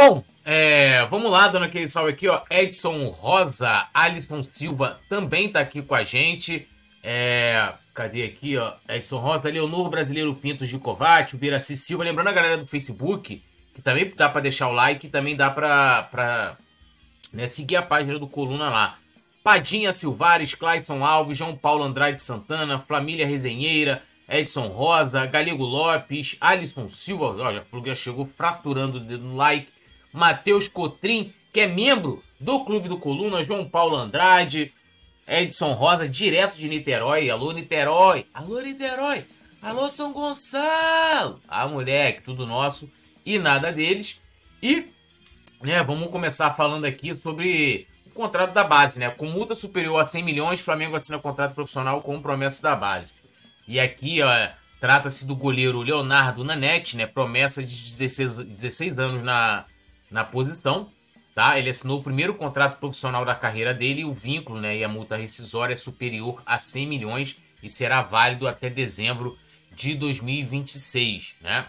Bom, vamos lá, dando aquele salve aqui, ó. Edson Rosa, Alisson Silva também tá aqui com a gente. Cadê aqui, ó? Edson Rosa, Leonor Brasileiro Pintos de Covate, o Biraci Silva. Lembrando a galera do Facebook, que também dá pra deixar o like, também dá pra seguir a página do Coluna lá. Padinha Silvares, Clayson Alves, João Paulo Andrade Santana, Flamília Resenheira, Edson Rosa, Galego Lopes, Alisson Silva, olha, já chegou fraturando o dedo no like. Matheus Cotrim, que é membro do Clube do Coluna, João Paulo Andrade, Edson Rosa, direto de Niterói. Alô, Niterói! Alô, Niterói! Alô, São Gonçalo! Ah, moleque, tudo nosso e nada deles. E, vamos começar falando aqui sobre o contrato da base, né? Com multa superior a 100 milhões, Flamengo assina contrato profissional com promessa da base. E aqui, ó, trata-se do goleiro Leonardo Nanete, né? Promessa de 16 anos na posição, tá? Ele assinou o primeiro contrato profissional da carreira dele e o vínculo, né, e a multa rescisória é superior a 100 milhões e será válido até dezembro de 2026, né?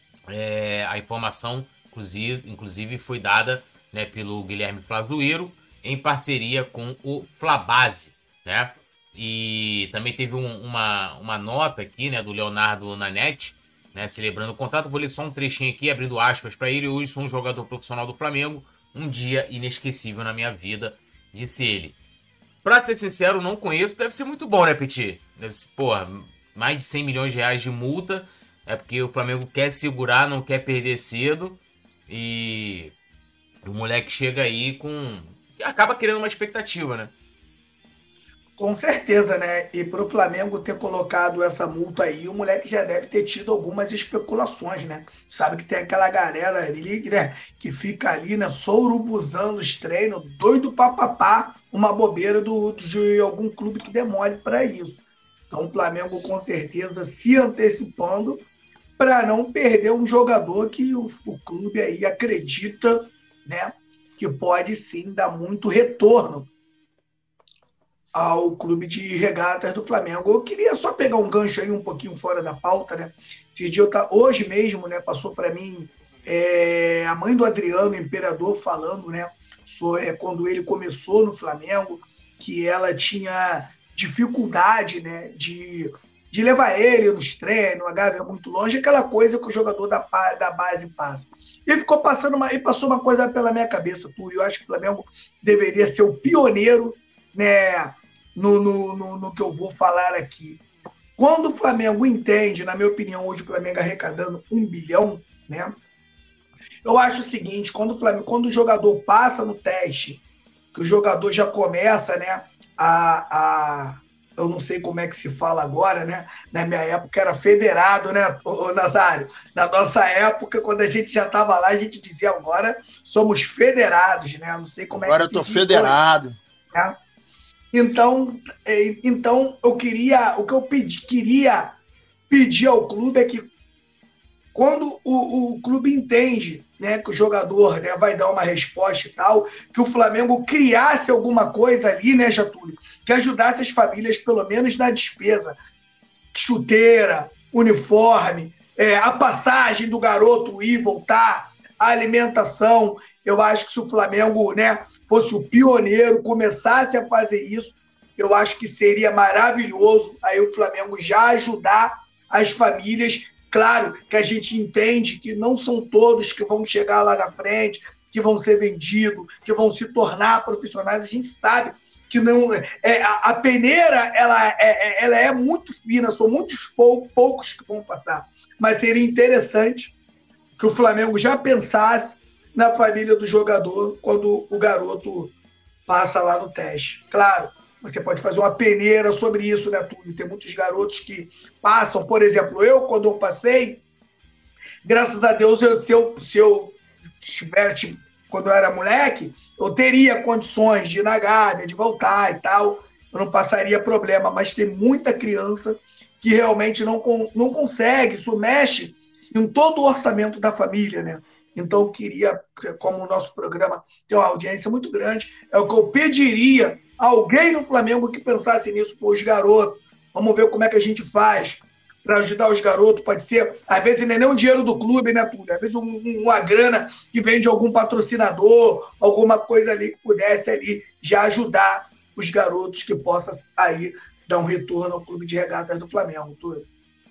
A informação, inclusive foi dada, né, pelo Guilherme Flazoeiro em parceria com o Flabase, né? E também teve uma nota aqui, né, do Leonardo Nanete, né, celebrando o contrato. Vou ler só um trechinho aqui, abrindo aspas para ele. Hoje sou um jogador profissional do Flamengo, um dia inesquecível na minha vida, disse ele. Pra ser sincero, não conheço, deve ser muito bom, né, Petit? Deve ser, porra, mais de 100 milhões de reais de multa, é porque o Flamengo quer segurar, não quer perder cedo, e o moleque chega aí acaba criando uma expectativa, né? Com certeza, né? E para o Flamengo ter colocado essa multa aí, o moleque já deve ter tido algumas especulações, né? Sabe que tem aquela galera ali, né? Que fica ali, né? Só urubuzando os treinos, doido papapá, uma bobeira de algum clube que demore para isso. Então o Flamengo com certeza se antecipando para não perder um jogador que o clube aí acredita, né? Que pode sim dar muito retorno ao Clube de Regatas do Flamengo. Eu queria só pegar um gancho aí um pouquinho fora da pauta, né? Hoje mesmo, né, passou para mim a mãe do Adriano Imperador falando, né, quando ele começou no Flamengo, que ela tinha dificuldade, né, de levar ele nos treinos, a Gávea é muito longe, aquela coisa que o jogador da base passa. E passou uma coisa pela minha cabeça, Túlio. Eu acho que o Flamengo deveria ser o pioneiro, né, no que eu vou falar aqui. Quando o Flamengo entende, na minha opinião, hoje o Flamengo arrecadando 1 bilhão, né? Eu acho o seguinte, quando o jogador passa no teste, que o jogador já começa, né, eu não sei como é que se fala agora, né? Na minha época era federado, né, Nazário? Na nossa época, quando a gente já estava lá, a gente dizia agora somos federados, né? Não sei como agora é que se diz. Agora eu tô federado. Hoje, né? Então o que eu queria pedir ao clube é que quando o clube entende, né, que o jogador, né, vai dar uma resposta e tal, que o Flamengo criasse alguma coisa ali, né, Getúlio, que ajudasse as famílias pelo menos na despesa, chuteira, uniforme, a passagem do garoto ir e voltar, a alimentação. Eu acho que se o Flamengo, né, fosse o pioneiro, começasse a fazer isso, eu acho que seria maravilhoso aí o Flamengo já ajudar as famílias. Claro que a gente entende que não são todos que vão chegar lá na frente, que vão ser vendidos, que vão se tornar profissionais. A gente sabe que não a peneira ela é muito fina, são muitos poucos que vão passar. Mas seria interessante que o Flamengo já pensasse na família do jogador quando o garoto passa lá no teste. Claro, você pode fazer uma peneira sobre isso, né, Túlio? Tem muitos garotos que passam, por exemplo, quando eu passei, graças a Deus, se eu tiver, quando eu era moleque, eu teria condições de ir na Gávea, de voltar e tal, eu não passaria problema, mas tem muita criança que realmente não consegue, isso mexe em todo o orçamento da família, né? Então, eu queria, como o nosso programa tem uma audiência muito grande, é o que eu pediria a alguém no Flamengo que pensasse nisso, pô, os garotos, vamos ver como é que a gente faz. para ajudar os garotos, pode ser, às vezes não é nem um dinheiro do clube, né, Túlio? Às vezes uma grana que vem de algum patrocinador, alguma coisa ali que pudesse ali já ajudar os garotos que possa aí dar um retorno ao clube de regatas do Flamengo, Túlio.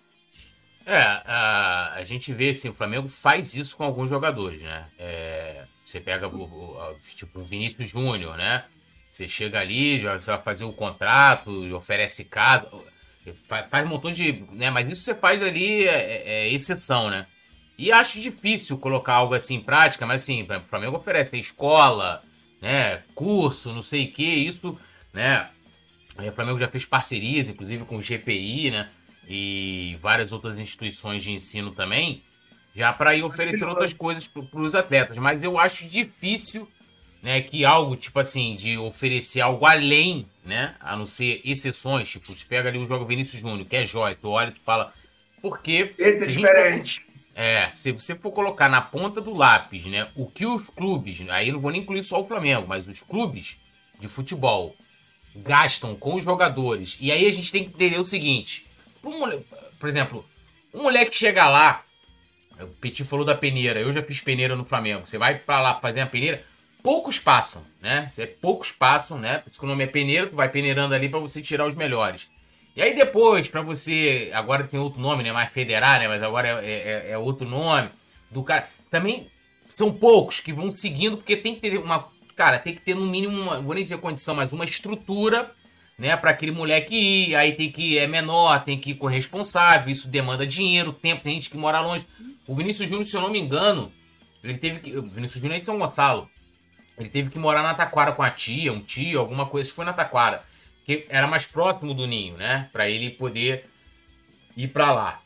A gente vê assim, o Flamengo faz isso com alguns jogadores, né? Você pega tipo o Vinícius Júnior, né? Você chega ali, você vai fazer o contrato, oferece casa, faz um montão de... né? Mas isso você faz ali, é exceção, né? E acho difícil colocar algo assim em prática, mas assim, o Flamengo oferece, tem escola, né? Curso, não sei o que, isso, né? O Flamengo já fez parcerias, inclusive com o GPI, né? E várias outras instituições de ensino também, já para ir oferecer outras coisas para os atletas. Mas eu acho difícil, né, que algo, tipo assim, de oferecer algo além, né, a não ser exceções, tipo, você pega ali o jogo Vinícius Júnior, que é jóia, tu olha e tu fala, porque... Esse é diferente. Se você for colocar na ponta do lápis, né, o que os clubes, aí eu não vou nem incluir só o Flamengo, mas os clubes de futebol gastam com os jogadores, e aí a gente tem que entender o seguinte... Por exemplo, um moleque chega lá, o Petit falou da peneira, eu já fiz peneira no Flamengo, você vai pra lá fazer a peneira, poucos passam, né? Poucos passam, né? Por isso que o nome é peneira, tu vai peneirando ali pra você tirar os melhores. E aí depois, pra você, agora tem outro nome, né? Mais federar, né? Mas agora é outro nome do cara. Também são poucos que vão seguindo, porque tem que ter tem que ter no mínimo, vou nem dizer condição, mas uma estrutura, né, para aquele moleque ir, aí tem que menor, tem que ir com responsável, isso demanda dinheiro, tempo, tem gente que mora longe. O Vinícius Júnior, se eu não me engano, o Vinícius Júnior é de São Gonçalo, ele teve que morar na Taquara com a tia, um tio, alguma coisa, foi na Taquara, que era mais próximo do ninho, né, para ele poder ir para lá.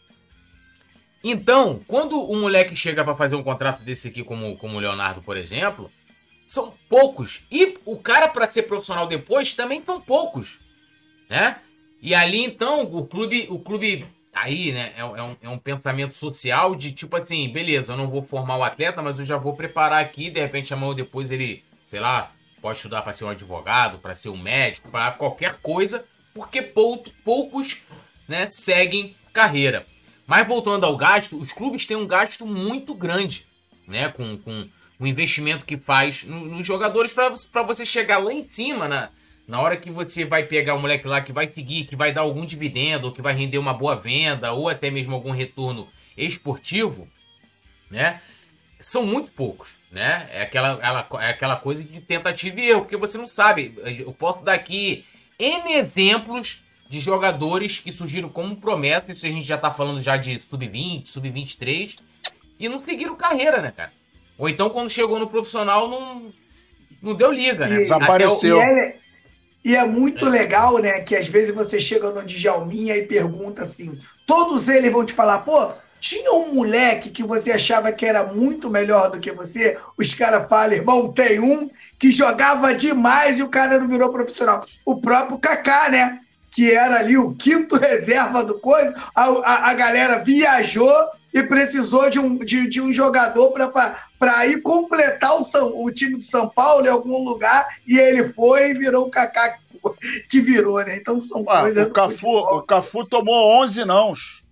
Então, quando o moleque chega para fazer um contrato desse aqui, como o Leonardo, por exemplo, são poucos. E o cara, para ser profissional depois, também são poucos, né? E ali, então, o clube aí, né, é um pensamento social de tipo assim, beleza, eu não vou formar o atleta, mas eu já vou preparar aqui, de repente amanhã ou depois ele, sei lá, pode estudar para ser um advogado, para ser um médico, para qualquer coisa, porque poucos, né, seguem carreira. Mas voltando ao gasto, os clubes têm um gasto muito grande, né, com o investimento que faz nos jogadores para você chegar lá em cima, na hora que você vai pegar o moleque lá que vai seguir, que vai dar algum dividendo, ou que vai render uma boa venda, ou até mesmo algum retorno esportivo, né? São muito poucos, né? É aquela coisa de tentativa e erro, porque você não sabe. Eu posso dar aqui N exemplos de jogadores que surgiram como promessa, isso a gente já tá falando já de sub-20, sub-23, e não seguiram carreira, né, cara? Ou então, quando chegou no profissional, não deu liga, né? Desapareceu. E é muito legal, né, que às vezes você chega no Djalminha e pergunta assim, todos eles vão te falar, pô, tinha um moleque que você achava que era muito melhor do que você? Os caras falam, irmão, tem um que jogava demais e o cara não virou profissional. O próprio Kaká, né? Que era ali o quinto reserva do coisa, a galera viajou e precisou de um jogador para ir completar o time do São Paulo em algum lugar, e ele foi e virou o Kaká que virou, né? Então são coisas... O Cafu tomou 11 nãos.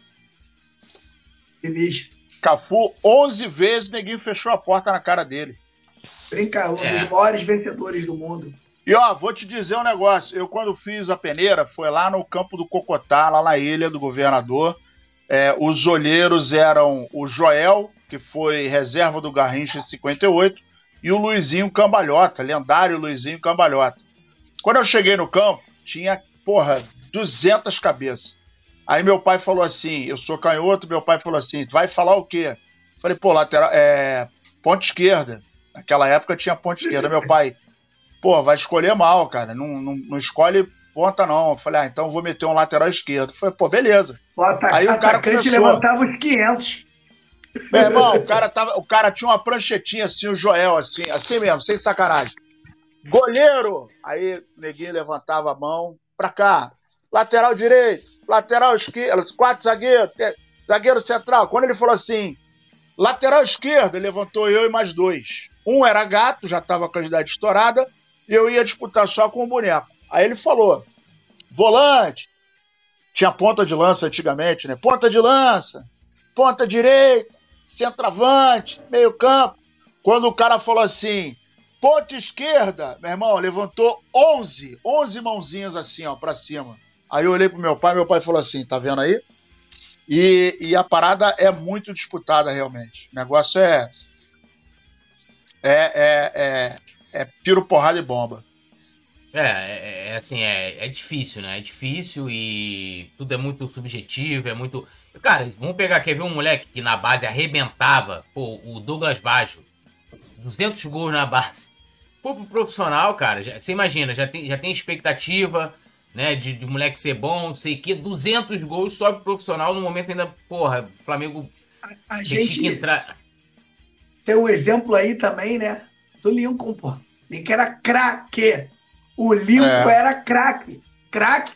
Sinistro. Cafu, 11 vezes, ninguém fechou a porta na cara dele. Um dos maiores vencedores do mundo. E ó, vou te dizer um negócio. Eu, quando fiz a peneira, foi lá no campo do Cocotá, lá na Ilha do Governador. Os olheiros eram o Joel, que foi reserva do Garrincha em 58, e o Luizinho Cambalhota, lendário Luizinho Cambalhota. Quando eu cheguei no campo, tinha, 200 cabeças. Aí meu pai falou assim, eu sou canhoto, meu pai falou assim, vai falar o quê? Falei, lateral, ponta esquerda. Naquela época tinha ponta esquerda. Meu pai, vai escolher mal, cara, não escolhe ponta não. Eu falei, então vou meter um lateral esquerdo. Eu falei, beleza. Aí o cara começou... levantava os 500. Meu irmão, o cara tinha uma pranchetinha assim, o Joel, assim mesmo, sem sacanagem. Goleiro! Aí o neguinho levantava a mão, pra cá. Lateral direito, lateral esquerdo, 4 zagueiros, zagueiro central. Quando ele falou assim, lateral esquerdo, ele levantou eu e mais 2. Um era gato, já tava com a idade estourada, e eu ia disputar só com o boneco. Aí ele falou, volante, Tinha ponta de lança antigamente, né? Ponta de lança, ponta direita, centroavante, meio campo. Quando o cara falou assim, ponta esquerda, meu irmão, levantou 11 mãozinhas assim, ó, pra cima. Aí eu olhei pro meu pai falou assim, tá vendo aí? E a parada é muito disputada realmente. O negócio é tiro, porrada e bomba. Assim, é difícil, né? É difícil e tudo é muito subjetivo, é muito... Cara, vamos pegar, quer ver um moleque que na base arrebentava, pô, o Douglas Baggio, 200 gols na base. Pô, pro profissional, cara, você imagina, já tem expectativa, né, de moleque ser bom, não sei o quê, 200 gols só pro profissional, no momento ainda, porra, o Flamengo... A gente entrar... tem um exemplo aí também, né, do Lincoln, pô. Lincoln era craque. O Lincoln era craque. Craque.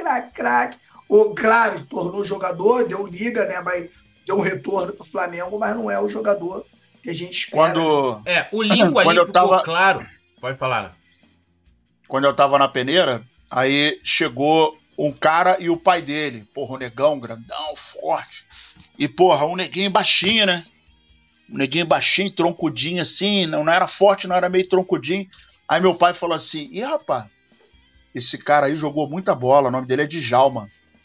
Claro, tornou jogador, deu liga, né? Deu um retorno pro Flamengo, mas não é o jogador que a gente espera. O Lincoln ali ficou claro. Pode falar, né? Quando eu tava na peneira, aí chegou um cara e o pai dele. Porra, um negão, grandão, forte. E, porra, um neguinho baixinho, né? Um neguinho baixinho, troncudinho assim. Não era forte, não era meio troncudinho. Aí meu pai falou assim, ih, rapaz, esse cara aí jogou muita bola, o nome dele é Djalma.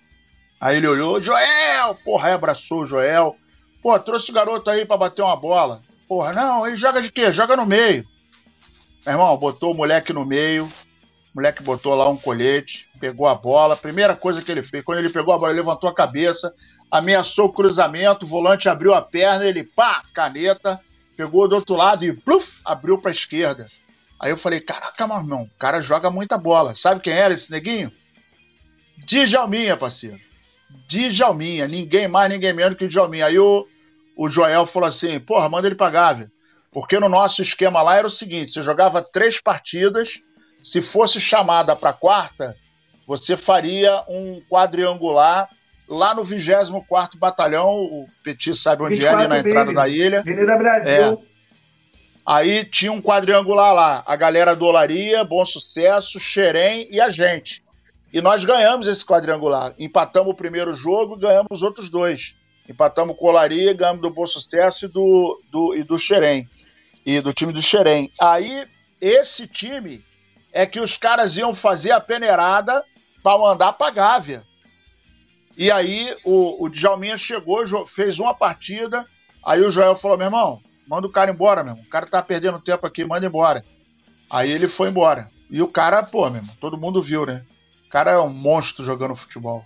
Aí ele olhou, Joel! Porra, aí abraçou o Joel. Pô, trouxe o garoto aí pra bater uma bola. Porra, não, ele joga de quê? Joga no meio. Meu irmão, botou o moleque no meio, o moleque botou lá um colete, pegou a bola, primeira coisa que ele fez, quando ele pegou a bola, ele levantou a cabeça, ameaçou o cruzamento, o volante abriu a perna, ele, pá, caneta, pegou do outro lado e, pluf, abriu pra esquerda. Aí eu falei, caraca, meu irmão, o cara joga muita bola. Sabe quem era esse neguinho? Djalminha, parceiro. Djalminha. Ninguém mais, ninguém menos que o Djalminha. Aí o Joel falou assim, porra, manda ele pra Gávea. Porque no nosso esquema lá era o seguinte, você jogava 3 partidas, se fosse chamada pra quarta, você faria um quadriangular lá no 24º Batalhão, o Petit sabe onde é, ali na entrada da ilha. Avenida Brasil. Aí tinha um quadriangular lá, a galera do Olaria, Bom Sucesso, Xerém e a gente. E nós ganhamos esse quadriangular. Empatamos o primeiro jogo, ganhamos os outros 2. Empatamos com o Olaria, ganhamos do Bom Sucesso e do Xerém. E do time do Xerém. Aí, esse time é que os caras iam fazer a peneirada para mandar pra Gávea. E aí, o Djalminha chegou, fez uma partida, aí o Joel falou, meu irmão, manda o cara embora, meu irmão. O cara tá perdendo tempo aqui, manda embora. Aí ele foi embora. E o cara, pô, meu irmão, todo mundo viu, né? O cara é um monstro jogando futebol.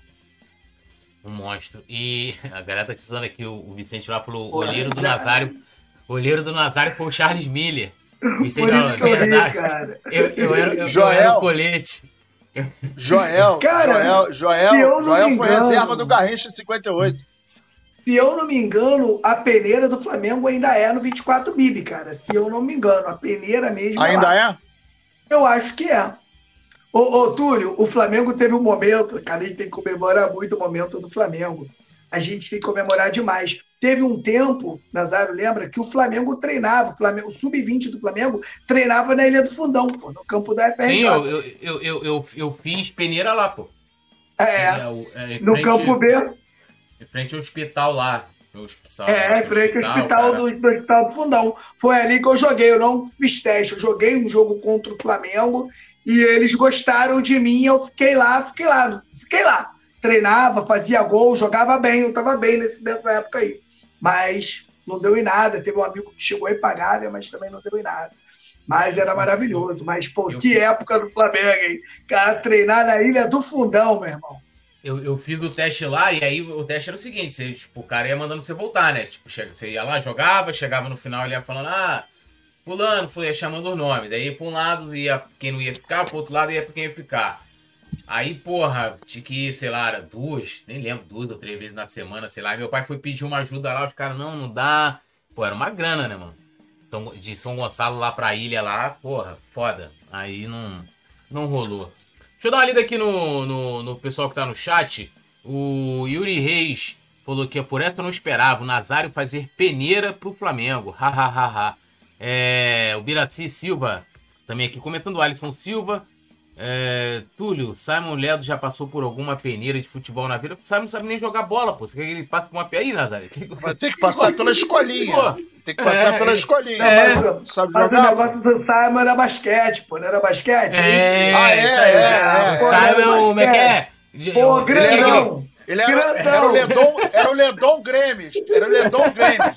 Um monstro. E a galera tá dizendo aqui, o Vicente lá falou, o olheiro do Nazário. O olheiro do Nazário foi o Charles Miller. Vicente falou, verdade. Eu era o colete. Joel foi reserva do Garrincha em 58. Se eu não me engano, a peneira do Flamengo ainda é no 24 Bibi, cara. Se eu não me engano, a peneira mesmo ainda é? Eu acho que é. Ô, Túlio, o Flamengo teve um momento, cara, a gente tem que comemorar muito o momento do Flamengo. A gente tem que comemorar demais. Teve um tempo, Nazário lembra, que o Flamengo treinava, o sub-20 do Flamengo treinava na Ilha do Fundão, pô, no campo da FRJ. Sim, eu fiz peneira lá, pô. No campo B. Em frente ao hospital lá. Em frente ao hospital do Hospital do Fundão. Foi ali que eu joguei, eu não fiz teste, eu joguei um jogo contra o Flamengo e eles gostaram de mim, eu fiquei lá. Treinava, fazia gol, jogava bem, eu tava bem nessa época aí. Mas não deu em nada, teve um amigo que chegou aí pagar, né, mas também não deu em nada. Mas era maravilhoso, mas pô, que época do Flamengo, hein? Cara, treinar na Ilha do Fundão, meu irmão. Eu fiz o teste lá, e aí o teste era o seguinte, o cara ia mandando você voltar, né? Tipo, você ia lá, jogava, chegava no final, ele ia falando, fulano, ia chamando os nomes. Aí ia pra um lado, ia quem não ia ficar, pro outro lado ia pra quem ia ficar. Aí, porra, tinha que ir, sei lá, era 2 ou 3 vezes na semana, sei lá. E meu pai foi pedir uma ajuda lá, os caras, não dá. Pô, era uma grana, né, mano? Então, de São Gonçalo lá pra ilha lá, porra, foda. Aí não rolou. Deixa eu dar uma lida aqui no pessoal que tá no chat. O Yuri Reis falou que por essa eu não esperava. O Nazário fazer peneira pro Flamengo. O Biraci Silva também aqui comentando. O Alisson Silva. Túlio, Simon Ledo já passou por alguma peneira de futebol na vida? O Simon não sabe nem jogar bola, pô. Você quer que ele passe por uma peneira? Aí, Nazaré? Vai ter que passar pela escolinha. Pô, Tem que passar pela escolinha. Mas o negócio do Simon era basquete, pô. Não era basquete? O Simon, como é que é? Pô, grandão. Ele era o Lendon Grêmio. Era o Lendon Grêmio.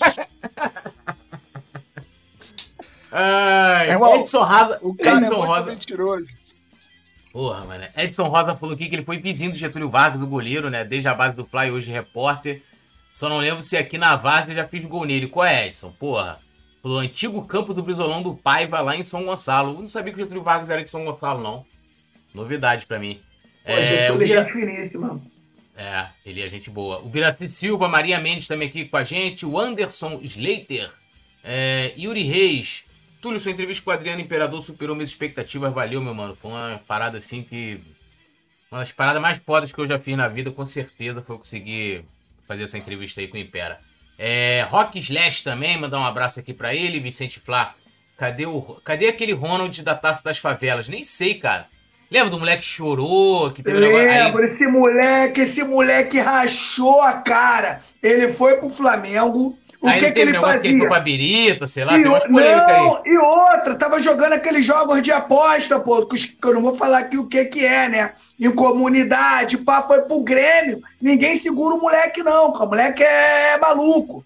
Edson Rosa. O cara Edson é muito Rosa. mentiroso. Porra, mano. Edson Rosa falou aqui que ele foi vizinho do Getúlio Vargas, do goleiro, né? Desde a base do Fly, hoje repórter. Só não lembro se aqui na Várzea já fiz gol nele. Qual é, Edson? Porra. Falou, antigo campo do Brizolão do Paiva, lá em São Gonçalo. Eu não sabia que o Getúlio Vargas era de São Gonçalo, não. Novidade pra mim. Getúlio é gente finíssima. Ele é gente boa. O Biraci Silva, Maria Mendes também aqui com a gente. O Anderson Slater. Yuri Reis. Túlio, sua entrevista com o Adriano Imperador superou minhas expectativas. Valeu, meu mano. Foi uma parada assim que... Uma das paradas mais fodas que eu já fiz na vida, com certeza, foi eu conseguir fazer essa entrevista aí com o Impera. Rock Slash também, mandar um abraço aqui pra ele. Vicente Flá. Cadê aquele Ronald da Taça das Favelas? Nem sei, cara. Lembra do moleque que chorou? Que teve Lembro, esse moleque rachou a cara. Ele foi pro Flamengo. O que ele fazia? Que ele foi pra Birita, sei lá, tem umas polêmicas aí. E outra, tava jogando aqueles jogos de aposta, pô, que eu não vou falar aqui o que é, né? Em comunidade, pá, foi pro Grêmio. Ninguém segura o moleque, não, porque o moleque é maluco.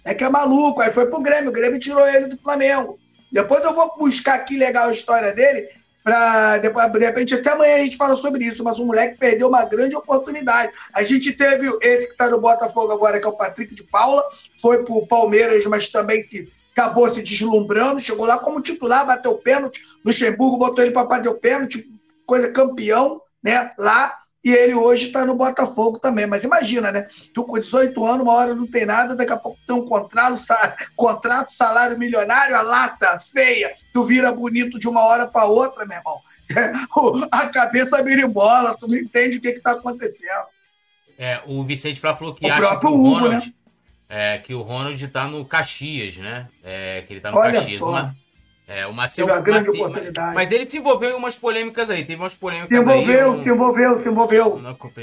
Aí foi pro Grêmio, o Grêmio tirou ele do Flamengo. Depois eu vou buscar aqui legal a história dele, pra depois, de repente, até amanhã a gente fala sobre isso, mas o moleque perdeu uma grande oportunidade. A gente teve esse que tá no Botafogo agora, que é o Patrick de Paula, foi pro Palmeiras, mas também acabou se deslumbrando, chegou lá como titular, bateu pênalti, Luxemburgo botou ele para bater o pênalti, coisa campeão, né, lá, e ele hoje tá no Botafogo também. Mas imagina, né, tu com 18 anos, uma hora não tem nada, daqui a pouco tem um contrato, salário milionário, a lata feia, tu vira bonito de uma hora para outra, meu irmão. A cabeça mirimbola, tu não entende o que tá acontecendo. O Vicente Flá falou que acha que o Hugo, Ronald... né? Que o Ronald tá no Caxias, né? Que ele tá no Olha Caxias. só. O Marcel, uma grande oportunidade. mas ele se envolveu em umas polêmicas aí. Teve umas polêmicas se envolveu.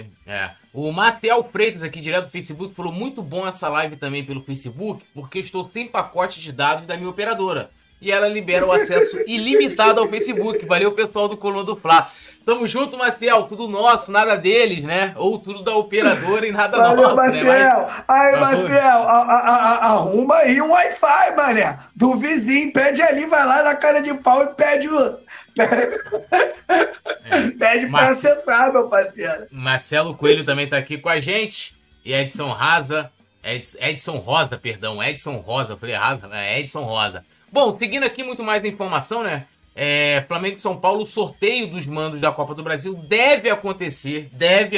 O Marcel Freitas aqui, direto do Facebook, falou muito bom essa live também pelo Facebook, porque estou sem pacote de dados da minha operadora. E ela libera o acesso ilimitado ao Facebook. Valeu, pessoal do Coluna do Fla. Tamo junto, Marcel. Tudo nosso, nada deles, né? Ou tudo da operadora e nada nosso, Marcel. né? Marcel, arruma aí um Wi-Fi, mané. Do vizinho. Pede ali, vai lá na cara de pau e pede o... Pede pra acessar, meu parceiro. Marcelo Coelho também tá aqui com a gente. E Edson Rosa. Eu falei Edson Rosa. Bom, seguindo aqui muito mais informação, né? Flamengo e São Paulo, o sorteio dos mandos da Copa do Brasil deve acontecer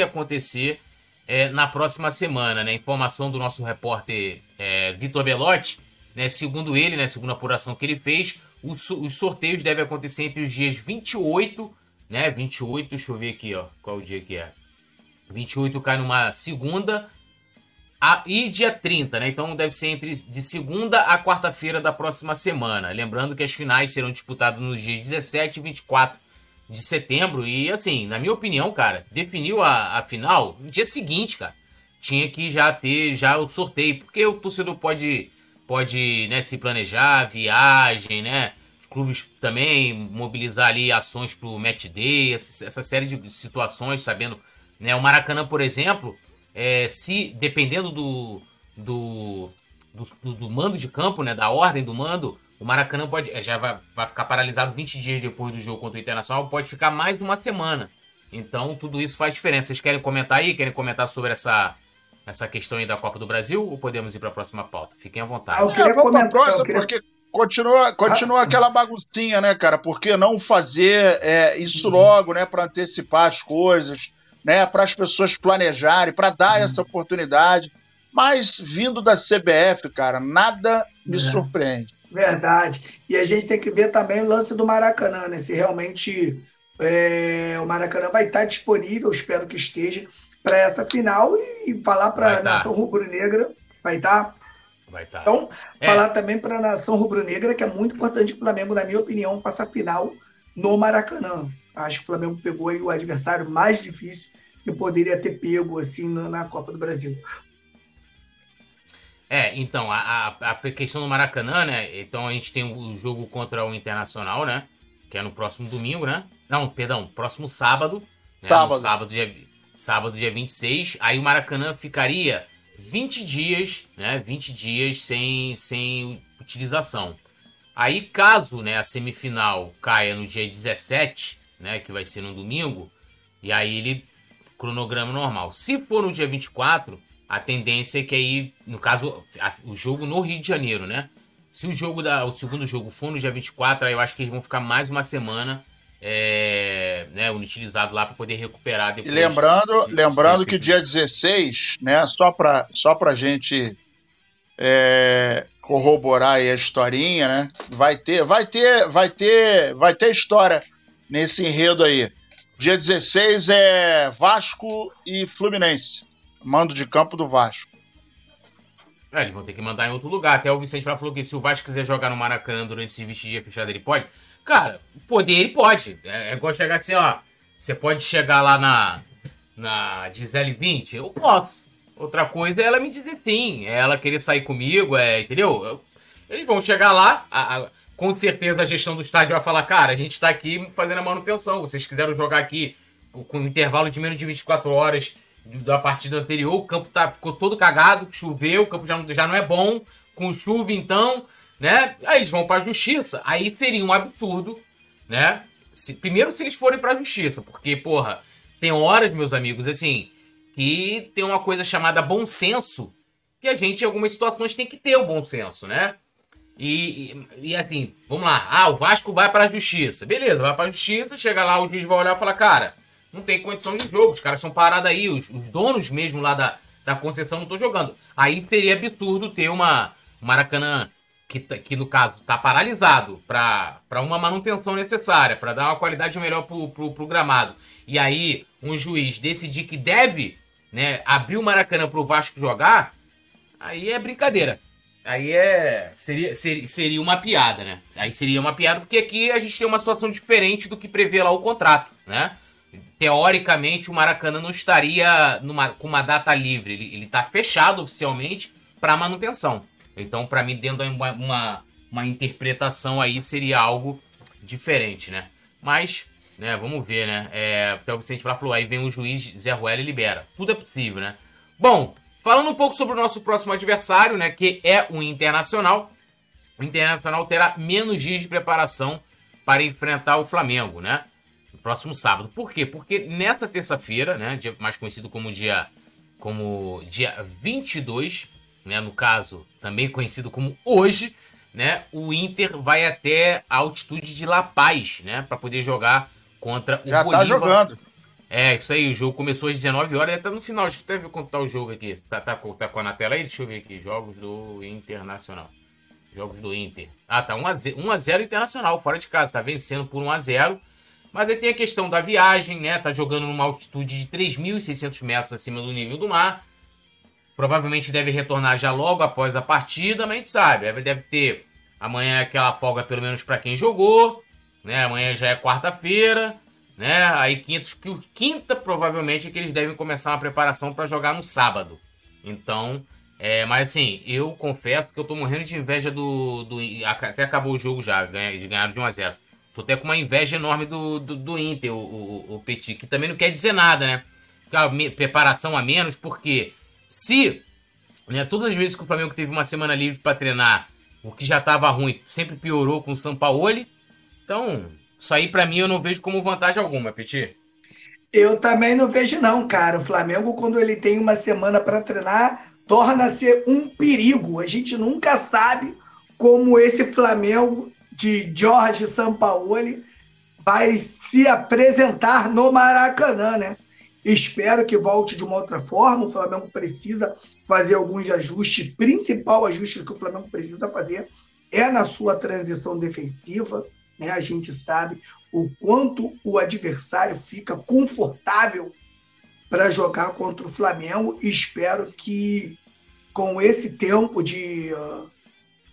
na próxima semana, né? Informação do nosso repórter Vitor Belotti, né? Segundo ele, né? Segundo a apuração que ele fez, os sorteios devem acontecer entre os dias 28, né? 28, deixa eu ver aqui, ó, qual o dia que é. 28 cai numa segunda, e dia 30, né? Então deve ser de segunda a quarta-feira da próxima semana. Lembrando que as finais serão disputadas nos dias 17 e 24 de setembro. E assim, na minha opinião, cara, definiu a final no dia seguinte, cara. Tinha que já ter o sorteio. Porque o torcedor pode né, se planejar, viagem, né? Os clubes também mobilizar ali ações pro Match Day, essa série de situações, sabendo, né? O Maracanã, por exemplo... se dependendo do mando de campo, né, da ordem do mando, o Maracanã já vai ficar paralisado 20 dias depois do jogo contra o Internacional, pode ficar mais de uma semana. Então tudo isso faz diferença. Vocês querem comentar aí? Querem comentar sobre essa questão aí da Copa do Brasil, ou podemos ir para a próxima pauta? Fiquem à vontade. Vamos para a próxima, porque continua aquela baguncinha, né, cara? Por que não fazer isso logo, né, para antecipar as coisas, né, para as pessoas planejarem, para dar essa oportunidade. Mas vindo da CBF, cara, nada me surpreende. Verdade. E a gente tem que ver também o lance do Maracanã, né? Se realmente o Maracanã vai estar disponível, espero que esteja, para essa final, e falar para a nação rubro-negra, vai estar. Então, falar também para a nação rubro-negra que é muito importante que o Flamengo, na minha opinião, faça a final no Maracanã. Acho que o Flamengo pegou aí o adversário mais difícil que poderia ter pego assim na Copa do Brasil. Então, a questão do Maracanã, né? Então a gente tem o jogo contra o Internacional, né? Que é no próximo domingo, né? Não, perdão, próximo sábado. Né? Sábado. Sábado, dia 26. Aí o Maracanã ficaria 20 dias, né? 20 dias sem utilização. Aí, caso, né, a semifinal caia no dia 17, né? Que vai ser no domingo, e aí ele, cronograma normal. Se for no dia 24, a tendência é que aí, no caso, o jogo no Rio de Janeiro, né? Se o segundo jogo for no dia 24, aí eu acho que eles vão ficar mais uma semana né, inutilizado lá para poder recuperar depois. E lembrando que dia 16, né, só pra gente corroborar aí a historinha, né? Vai ter história nesse enredo aí. Dia 16 é Vasco e Fluminense. Mando de campo do Vasco. Eles vão ter que mandar em outro lugar. Até o Vicente falou que se o Vasco quiser jogar no Maracanã durante esse 20 dias fechado, ele pode. Cara, poder ele pode. É igual chegar assim, ó. Você pode chegar lá na Gisele 20? Eu posso. Outra coisa é ela me dizer sim. É ela querer sair comigo, entendeu? Eles vão chegar lá. Com certeza a gestão do estádio vai falar, cara, a gente tá aqui fazendo a manutenção. Vocês quiseram jogar aqui com um intervalo de menos de 24 horas da partida anterior, o campo ficou todo cagado, choveu, o campo já não é bom, com chuva então, né? Aí eles vão pra justiça, aí seria um absurdo, né? Primeiro se eles forem pra justiça, porque, porra, tem horas, meus amigos, assim, que tem uma coisa chamada bom senso, que a gente em algumas situações tem que ter o bom senso, né? E assim, vamos lá, o Vasco vai pra justiça, beleza, vai pra justiça, chega lá, o juiz vai olhar e falar, cara, não tem condição de jogo, os caras estão parados aí, os donos mesmo lá da concessão não estão jogando. Aí seria absurdo ter um Maracanã que no caso está paralisado para uma manutenção necessária, para dar uma qualidade melhor pro gramado. E aí um juiz decidir que deve, né, abrir o Maracanã pro Vasco jogar, aí é brincadeira. Aí seria uma piada, né? Aí seria uma piada porque aqui a gente tem uma situação diferente do que prevê lá o contrato, né? Teoricamente, o Maracanã não estaria com uma data livre. Ele está fechado oficialmente para manutenção. Então, para mim, dentro de uma interpretação aí, seria algo diferente, né? Mas, né, vamos ver, né? Até o Vicente falou, aí vem o juiz Zé Ruela e libera. Tudo é possível, né? Bom, falando um pouco sobre o nosso próximo adversário, né? Que é o Internacional. O Internacional terá menos dias de preparação para enfrentar o Flamengo, né? Próximo sábado. Por quê? Porque nesta terça-feira, né, mais conhecido como dia 22, né, no caso, também conhecido como hoje, né, o Inter vai até a altitude de La Paz, né, para poder jogar contra o Bolívar. Já tá jogando. Isso aí, o jogo começou às 19 horas e até no final. Deixa eu até ver quanto tá o jogo aqui. Tá com na tela aí? Deixa eu ver aqui. Jogos do Internacional. Jogos do Inter. Tá 1-0 Internacional, fora de casa. Tá vencendo por 1-0. Mas aí tem a questão da viagem, né? Tá jogando numa altitude de 3.600 metros acima do nível do mar. Provavelmente deve retornar já logo após a partida, mas a gente sabe. Deve ter amanhã aquela folga pelo menos para quem jogou, né? Amanhã já é quarta-feira, né? Aí quinta provavelmente é que eles devem começar uma preparação para jogar no sábado. Então, mas assim, eu confesso que eu tô morrendo de inveja até acabou o jogo já, eles ganharam de 1-0. Tô até com uma inveja enorme do Inter, o Petit, que também não quer dizer nada, né? Preparação a menos, porque se, né, todas as vezes que o Flamengo teve uma semana livre para treinar, o que já tava ruim sempre piorou com o Sampaoli. Então, isso aí pra mim eu não vejo como vantagem alguma, Petit. Eu também não vejo não, cara. O Flamengo, quando ele tem uma semana para treinar, torna-se um perigo. A gente nunca sabe como esse Flamengo de Jorge Sampaoli vai se apresentar no Maracanã, né? Espero que volte de uma outra forma. O Flamengo precisa fazer alguns ajustes. O principal ajuste que o Flamengo precisa fazer é na sua transição defensiva, né? A gente sabe o quanto o adversário fica confortável para jogar contra o Flamengo. Espero que com esse tempo de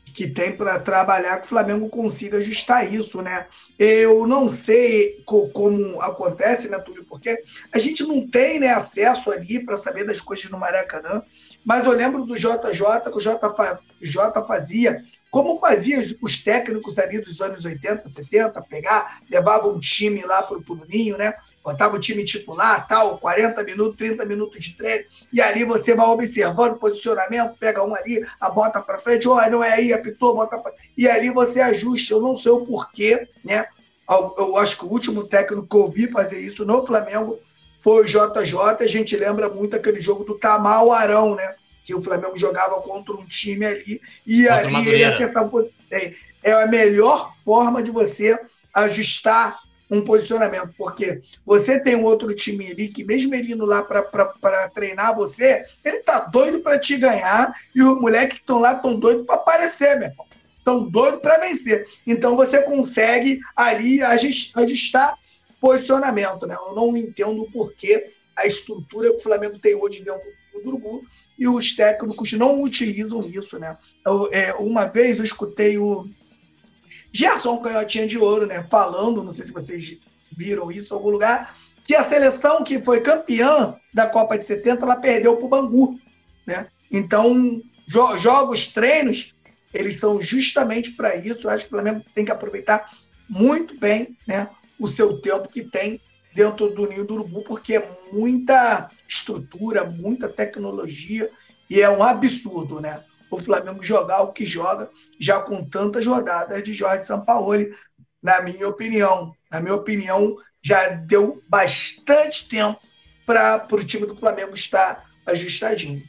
que tem para trabalhar, que o Flamengo consiga ajustar isso, né? Eu não sei como acontece, né, Túlio, porque a gente não tem, né, acesso ali para saber das coisas no Maracanã, mas eu lembro do JJ, que o J fazia, como fazia os técnicos ali dos anos 80, 70, levava um time lá para o Ninho, né? Botava o time titular, tal, 40 minutos, 30 minutos de treino, e ali você vai observando o posicionamento, pega um ali, a bota para frente, não é aí, apitou, bota para... E ali você ajusta, eu não sei o porquê, né? Eu acho que o último técnico que eu vi fazer isso no Flamengo foi o JJ, a gente lembra muito aquele jogo do Tamal Arão, né? Que o Flamengo jogava contra um time ali, e contra ali ele acertava. É a melhor forma de você ajustar um posicionamento, porque você tem um outro time ali que mesmo ele indo lá para treinar você, ele tá doido para te ganhar e os moleques que estão lá estão doidos para aparecer, meu irmão. Estão doidos para vencer. Então você consegue ali ajustar posicionamento, né? Eu não entendo o porquê a estrutura que o Flamengo tem hoje dentro do Urubu e os técnicos não utilizam isso, né? Uma vez eu escutei o Gerson Canhotinha de Ouro, né, falando, não sei se vocês viram isso em algum lugar, que a seleção que foi campeã da Copa de 70, ela perdeu para o Bangu, né? Então, jogos, treinos, eles são justamente para isso. Eu acho que o Flamengo tem que aproveitar muito bem, né, o seu tempo que tem dentro do Ninho do Urubu, porque é muita estrutura, muita tecnologia e é um absurdo, né? O Flamengo jogar o que joga, já com tantas rodadas de Jorge Sampaoli, na minha opinião. Na minha opinião, já deu bastante tempo para o time do Flamengo estar ajustadinho.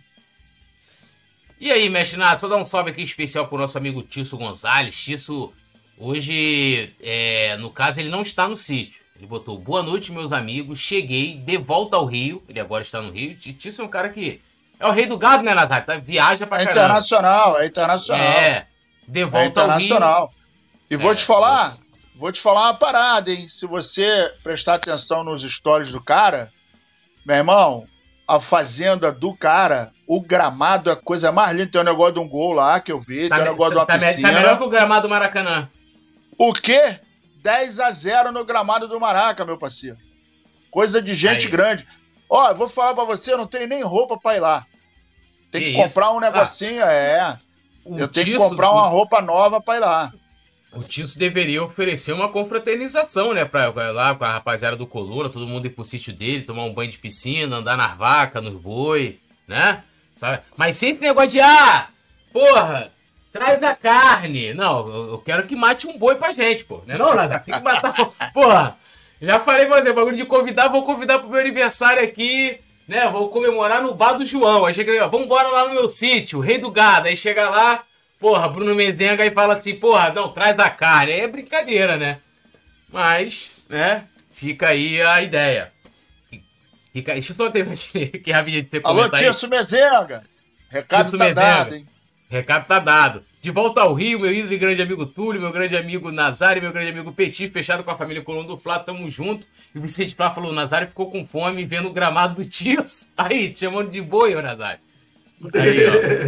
E aí, mestre Nath, só dar um salve aqui especial pro nosso amigo Tício Gonzalez. Tício, hoje, no caso, ele não está no sítio. Ele botou, boa noite, meus amigos, cheguei, de volta ao Rio. Ele agora está no Rio. Tício é um cara que... é o rei do gado, né, Nazário? Tá, viaja pra caramba. É internacional. De volta ao Rio. E vou te falar uma parada, hein? Se você prestar atenção nos stories do cara, meu irmão, a fazenda do cara, o gramado é a coisa mais linda. Tem um negócio de um gol lá que eu vi, tem um negócio de uma piscina. Tá melhor que o gramado do Maracanã. O quê? 10-0 no gramado do Maraca, meu parceiro. Coisa de gente grande. Ó, eu vou falar pra você, eu não tenho nem roupa pra ir lá. Tem que comprar um negocinho, eu tenho que comprar uma roupa nova pra ir lá. O Tício deveria oferecer uma confraternização, né? Pra lá com a rapaziada do Coluna, todo mundo ir pro sítio dele, tomar um banho de piscina, andar nas vacas, nos boi, né? Sabe? Mas sem esse negócio de, porra, traz a carne. Não, eu quero que mate um boi pra gente, pô. Não é não, Lázaro? Tem que matar, porra. Já falei pra você, bagulho de convidar, vou convidar pro meu aniversário aqui, né? Vou comemorar no bar do João. Aí chega aí, vamos embora lá no meu sítio, Rei do Gado. Aí chega lá, porra, Bruno Mezenga e fala assim, porra, não, traz a carne. Aí é brincadeira, né? Mas, né, fica aí a ideia. Deixa eu só ter que rapidinho de você comentar aí. Alô, Tício Mezenga. Recado tá dado, hein? Recado tá dado. De volta ao Rio, meu ídolo e grande amigo Túlio, meu grande amigo Nazário, meu grande amigo Petit, fechado com a família Coluna do Flá, tamo junto. E o Vicente Flá falou, o Nazário ficou com fome vendo o gramado do Tício. Aí, te chamando de boi, ô Nazário. Aí,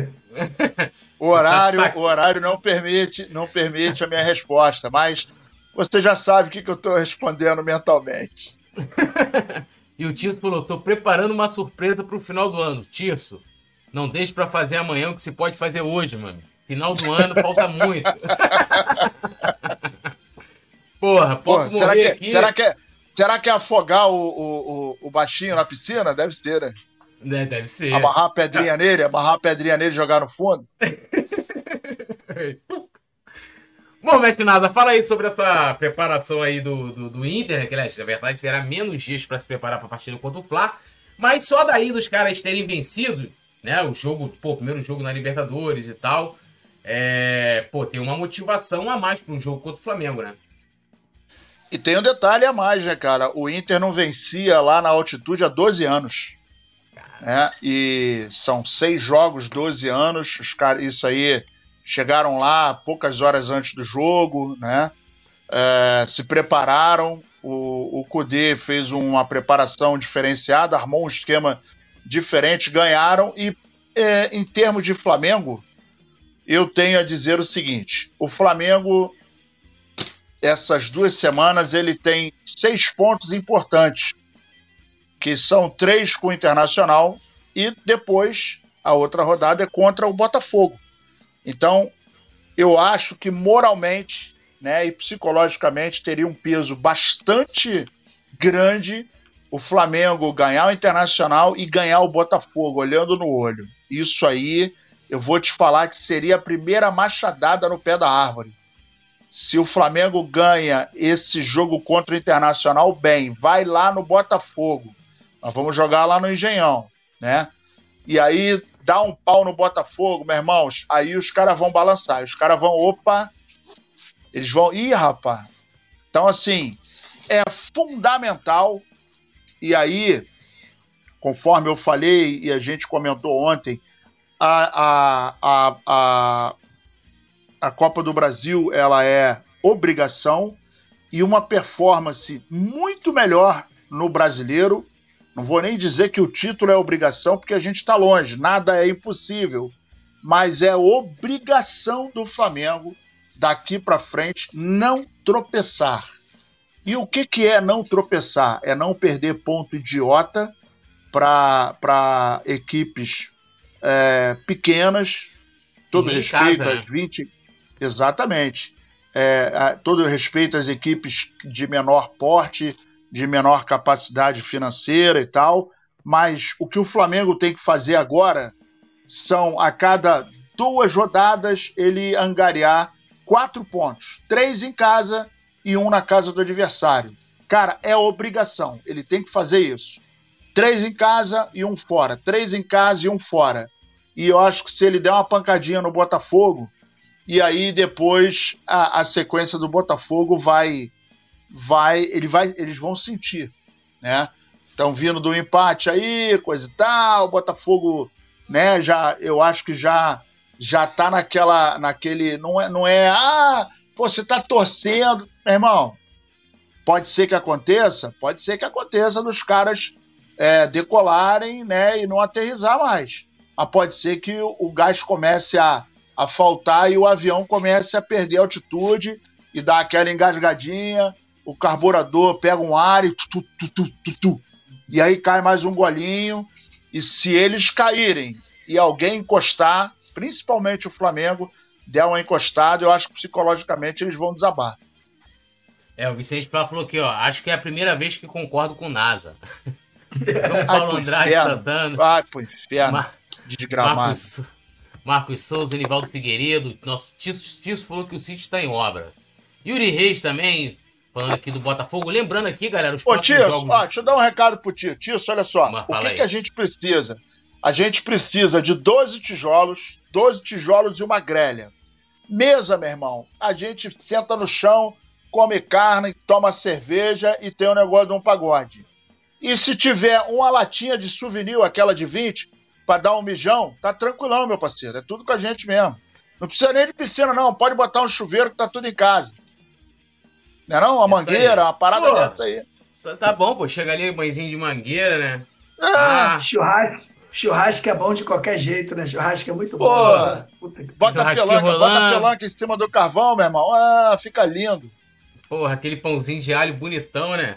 ó. O horário não permite a minha resposta, mas você já sabe o que eu tô respondendo mentalmente. E o Tício falou, tô preparando uma surpresa pro final do ano. Tício, não deixe pra fazer amanhã o que se pode fazer hoje, mano. Final do ano, falta muito. Porra, pode morrer aqui. Será que é afogar o baixinho na piscina? Deve ser, né? Deve ser. Amarrar a pedrinha nele e jogar no fundo? Bom, mestre Nasa, fala aí sobre essa preparação aí do Inter, né? Que, na verdade, será menos dias para se preparar para a partida contra o Fla. Mas só daí dos caras terem vencido, né? O jogo, primeiro jogo na Libertadores e tal. Tem uma motivação a mais para um jogo contra o Flamengo, né? E tem um detalhe a mais, né, cara? O Inter não vencia lá na altitude há 12 anos. Né? E são 6 jogos, 12 anos. Os caras, isso aí, chegaram lá poucas horas antes do jogo, né? Se prepararam. O Kudê fez uma preparação diferenciada, armou um esquema diferente, ganharam. E em termos de Flamengo, eu tenho a dizer o seguinte: o Flamengo, essas 2 semanas, ele tem 6 pontos importantes, que são 3 com o Internacional e depois a outra rodada é contra o Botafogo. Então, eu acho que moralmente, né, e psicologicamente teria um peso bastante grande o Flamengo ganhar o Internacional e ganhar o Botafogo, olhando no olho. Isso aí, eu vou te falar que seria a primeira machadada no pé da árvore. Se o Flamengo ganha esse jogo contra o Internacional, bem, vai lá no Botafogo. Nós vamos jogar lá no Engenhão, né? E aí dá um pau no Botafogo, meus irmãos, aí os caras vão balançar. Os caras vão, opa, eles vão, ih, rapaz. Então, assim, é fundamental. E aí, conforme eu falei e a gente comentou ontem, a Copa do Brasil, ela é obrigação, e uma performance muito melhor no Brasileiro. Não vou nem dizer que o título é obrigação, porque a gente está longe, nada é impossível, mas é obrigação do Flamengo, daqui para frente, não tropeçar. E o que é não tropeçar? É não perder ponto idiota para equipes pequenas, todo respeito às 20... Exatamente. Todo respeito às equipes de menor porte, de menor capacidade financeira e tal, mas o que o Flamengo tem que fazer agora são, a cada 2 rodadas, ele angariar 4 pontos, 3 em casa e 1 na casa do adversário. Cara, é obrigação, ele tem que fazer isso. 3 em casa e 1 fora, 3 em casa e 1 fora. E eu acho que se ele der uma pancadinha no Botafogo, e aí depois a sequência do Botafogo eles vão sentir, né? Estão vindo do empate aí, coisa e tal, o Botafogo, né, eu acho que já tá naquele, não é, pô, você tá torcendo, meu irmão, pode ser que aconteça dos caras decolarem, né, e não aterrissar mais, mas pode ser que o gás comece a faltar e o avião comece a perder altitude e dar aquela engasgadinha, o carburador pega um ar e e aí cai mais um golinho, e se eles caírem e alguém encostar, principalmente o Flamengo, der uma encostada, eu acho que psicologicamente eles vão desabar. O Vicente Plá falou aqui, ó, acho que é a primeira vez que concordo com o NASA. João Paulo Andrade Santana. Vai pro inferno, desgramado. Marcos Souza, Enivaldo Figueiredo, nosso Tisso falou que o City está em obra. Yuri Reis também, falando aqui do Botafogo. Lembrando aqui, galera, os próximos jogos... Deixa eu dar um recado pro Tio. Tisso, olha só, o que a gente precisa? A gente precisa de 12 tijolos e uma grelha. Mesa, meu irmão, a gente senta no chão, come carne, toma cerveja e tem o negócio de um pagode. E se tiver uma latinha de souvenir, aquela de 20, pra dar um mijão, tá tranquilão, meu parceiro. É tudo com a gente mesmo. Não precisa nem de piscina, não. Pode botar um chuveiro que tá tudo em casa. Não é não? Uma mangueira, uma parada dessa aí. Tá bom, pô. Chega ali, banhozinho de mangueira, né? Churrasco é bom de qualquer jeito, né? Churrasco é muito bom. Né? Bota a pelanca em cima do carvão, meu irmão. Fica lindo. Porra, aquele pãozinho de alho bonitão, né?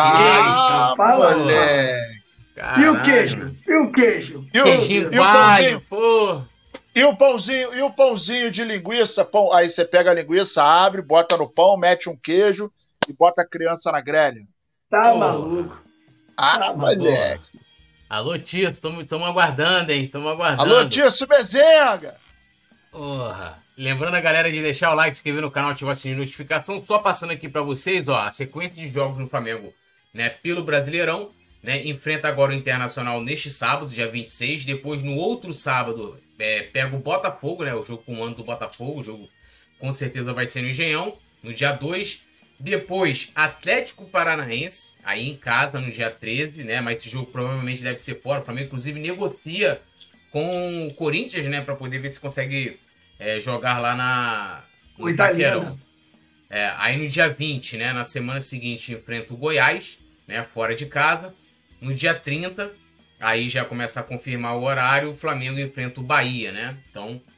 Moleque. E o queijo? Queijinho coalho, pô. E o pãozinho de linguiça, aí você pega a linguiça, abre, bota no pão, mete um queijo e bota a criança na grelha. Tá maluco. Moleque. Alô, tio, estamos aguardando, hein? Estamos aguardando. Alô, tio, Bezenga. Porra. Lembrando a galera de deixar o like, se inscrever no canal, ativar o sininho de notificação. Só passando aqui pra vocês, ó, a sequência de jogos no Flamengo, né, pelo Brasileirão, né, enfrenta agora o Internacional neste sábado, dia 26. Depois, no outro sábado, pega o Botafogo, né, o jogo com o ano do Botafogo. O jogo com certeza vai ser no Engenhão, no dia 2. Depois, Atlético Paranaense, aí em casa, no dia 13, né? Mas esse jogo provavelmente deve ser fora. O Flamengo, inclusive, negocia com o Corinthians, né? Para poder ver se consegue jogar lá no Itaquerão. Aí no dia 20, né? Na semana seguinte, enfrenta o Goiás, né? Fora de casa. No dia 30, aí já começa a confirmar o horário, o Flamengo enfrenta o Bahia, né? Então,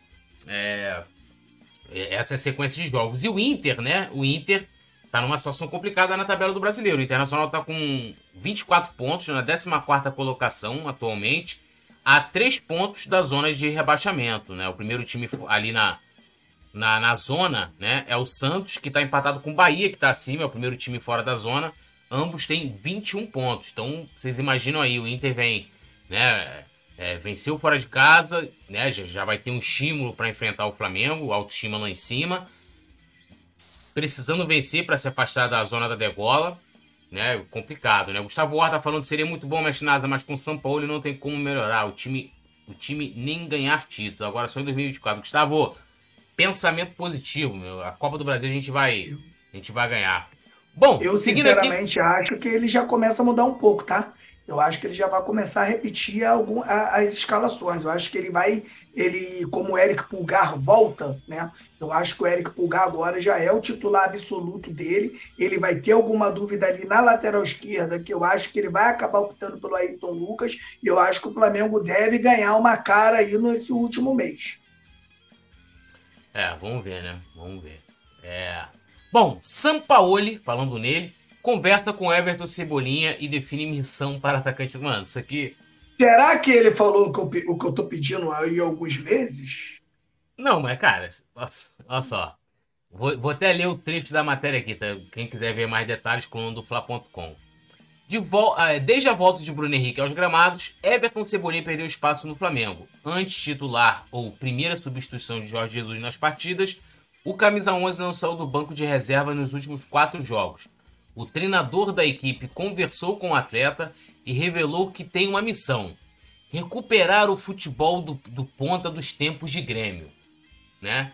essa sequência de jogos. E o Inter, né? O Inter tá numa situação complicada na tabela do Brasileiro. O Internacional tá com 24 pontos na 14ª colocação atualmente, a 3 pontos da zona de rebaixamento, né? O primeiro time ali na zona, né, é o Santos, que tá empatado com o Bahia, que tá acima, é o primeiro time fora da zona. Ambos têm 21 pontos. Então, vocês imaginam aí, o Inter vem, né, venceu fora de casa, né, já vai ter um estímulo para enfrentar o Flamengo, autoestima lá em cima, precisando vencer para se afastar da zona da degola, né, complicado, né. Gustavo Horta falando que seria muito bom, Mestre Nasa, mas com o São Paulo não tem como melhorar, o time nem ganhar títulos, agora só em 2024. Gustavo, pensamento positivo, meu, a Copa do Brasil a gente vai ganhar. Bom, eu sinceramente acho que ele já começa a mudar um pouco, tá? Eu acho que ele já vai começar a repetir as escalações. Eu acho que ele, como o Eric Pulgar volta, né? Eu acho que o Eric Pulgar agora já é o titular absoluto dele. Ele vai ter alguma dúvida ali na lateral esquerda, que eu acho que ele vai acabar optando pelo Ayrton Lucas. E eu acho que o Flamengo deve ganhar uma cara aí nesse último mês. Vamos ver, né? Vamos ver. Bom, Sampaoli, falando nele, conversa com Everton Cebolinha e define missão para atacante. Mano, isso aqui... Será que ele falou o que eu tô pedindo aí alguns meses? Não, mas, cara, olha só. Vou até ler o trecho da matéria aqui, tá? Quem quiser ver mais detalhes, coluna do Fla.com. Desde a volta de Bruno Henrique aos gramados, Everton Cebolinha perdeu espaço no Flamengo. Antes titular ou primeira substituição de Jorge Jesus nas partidas, o camisa 11 não saiu do banco de reserva nos últimos 4 jogos. O treinador da equipe conversou com o atleta e revelou que tem uma missão: recuperar o futebol do ponta dos tempos de Grêmio, né?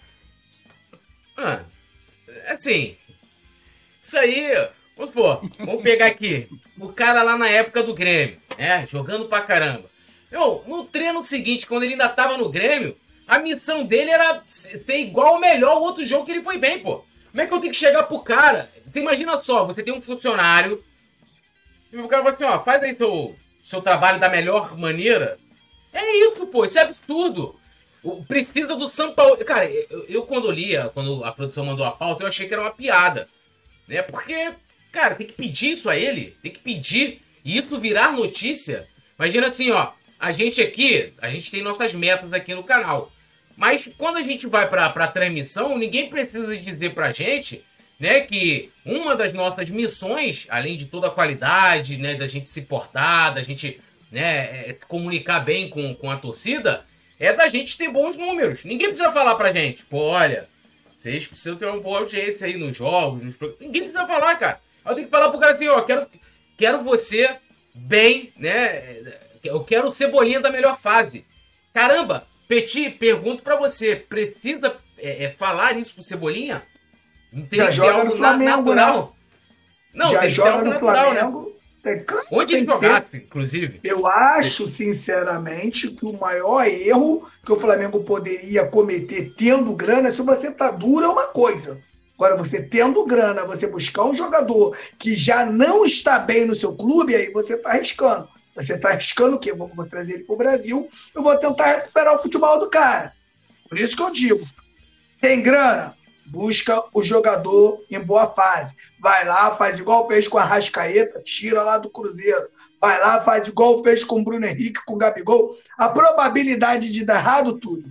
Assim, isso aí, vamos pegar aqui, o cara lá na época do Grêmio, jogando pra caramba. No treino seguinte, quando ele ainda tava no Grêmio, a missão dele era ser igual ou melhor o outro jogo que ele foi bem, pô. Como é que eu tenho que chegar pro cara? Você imagina só, você tem um funcionário e o cara fala assim, faz aí seu trabalho da melhor maneira. É isso, pô, isso é absurdo. Precisa do São Paulo. Cara, eu quando a produção mandou a pauta, eu achei que era uma piada, né? Porque, cara, tem que pedir isso a ele, tem que pedir e isso virar notícia. Imagina assim, a gente tem nossas metas aqui no canal. Mas quando a gente vai pra transmissão, ninguém precisa dizer pra gente, né, que uma das nossas missões, além de toda a qualidade, né, da gente se portar, da gente, né, se comunicar bem com a torcida, é da gente ter bons números. Ninguém precisa falar pra gente, pô, olha, vocês precisam ter uma boa audiência aí nos jogos, ninguém precisa falar, cara. Eu tenho que falar pro cara assim, quero você bem, né, eu quero o Cebolinha da melhor fase. Caramba! Petit, pergunto pra você, precisa falar isso pro Cebolinha? Tem que ser algo natural? Não, tem que ser algo natural, né? Onde ele jogasse, inclusive. Eu acho, sinceramente, que o maior erro que o Flamengo poderia cometer tendo grana, se você tá duro, é uma coisa. Agora, você tendo grana, você buscar um jogador que já não está bem no seu clube, aí você tá arriscando. Você está arriscando o quê? Vou trazer ele para o Brasil, eu vou tentar recuperar o futebol do cara. Por isso que eu digo, tem grana? Busca o jogador em boa fase. Vai lá, faz igual fez com a Arrascaeta, tira lá do Cruzeiro. Vai lá, faz igual fez com o Bruno Henrique, com o Gabigol. A probabilidade de dar errado tudo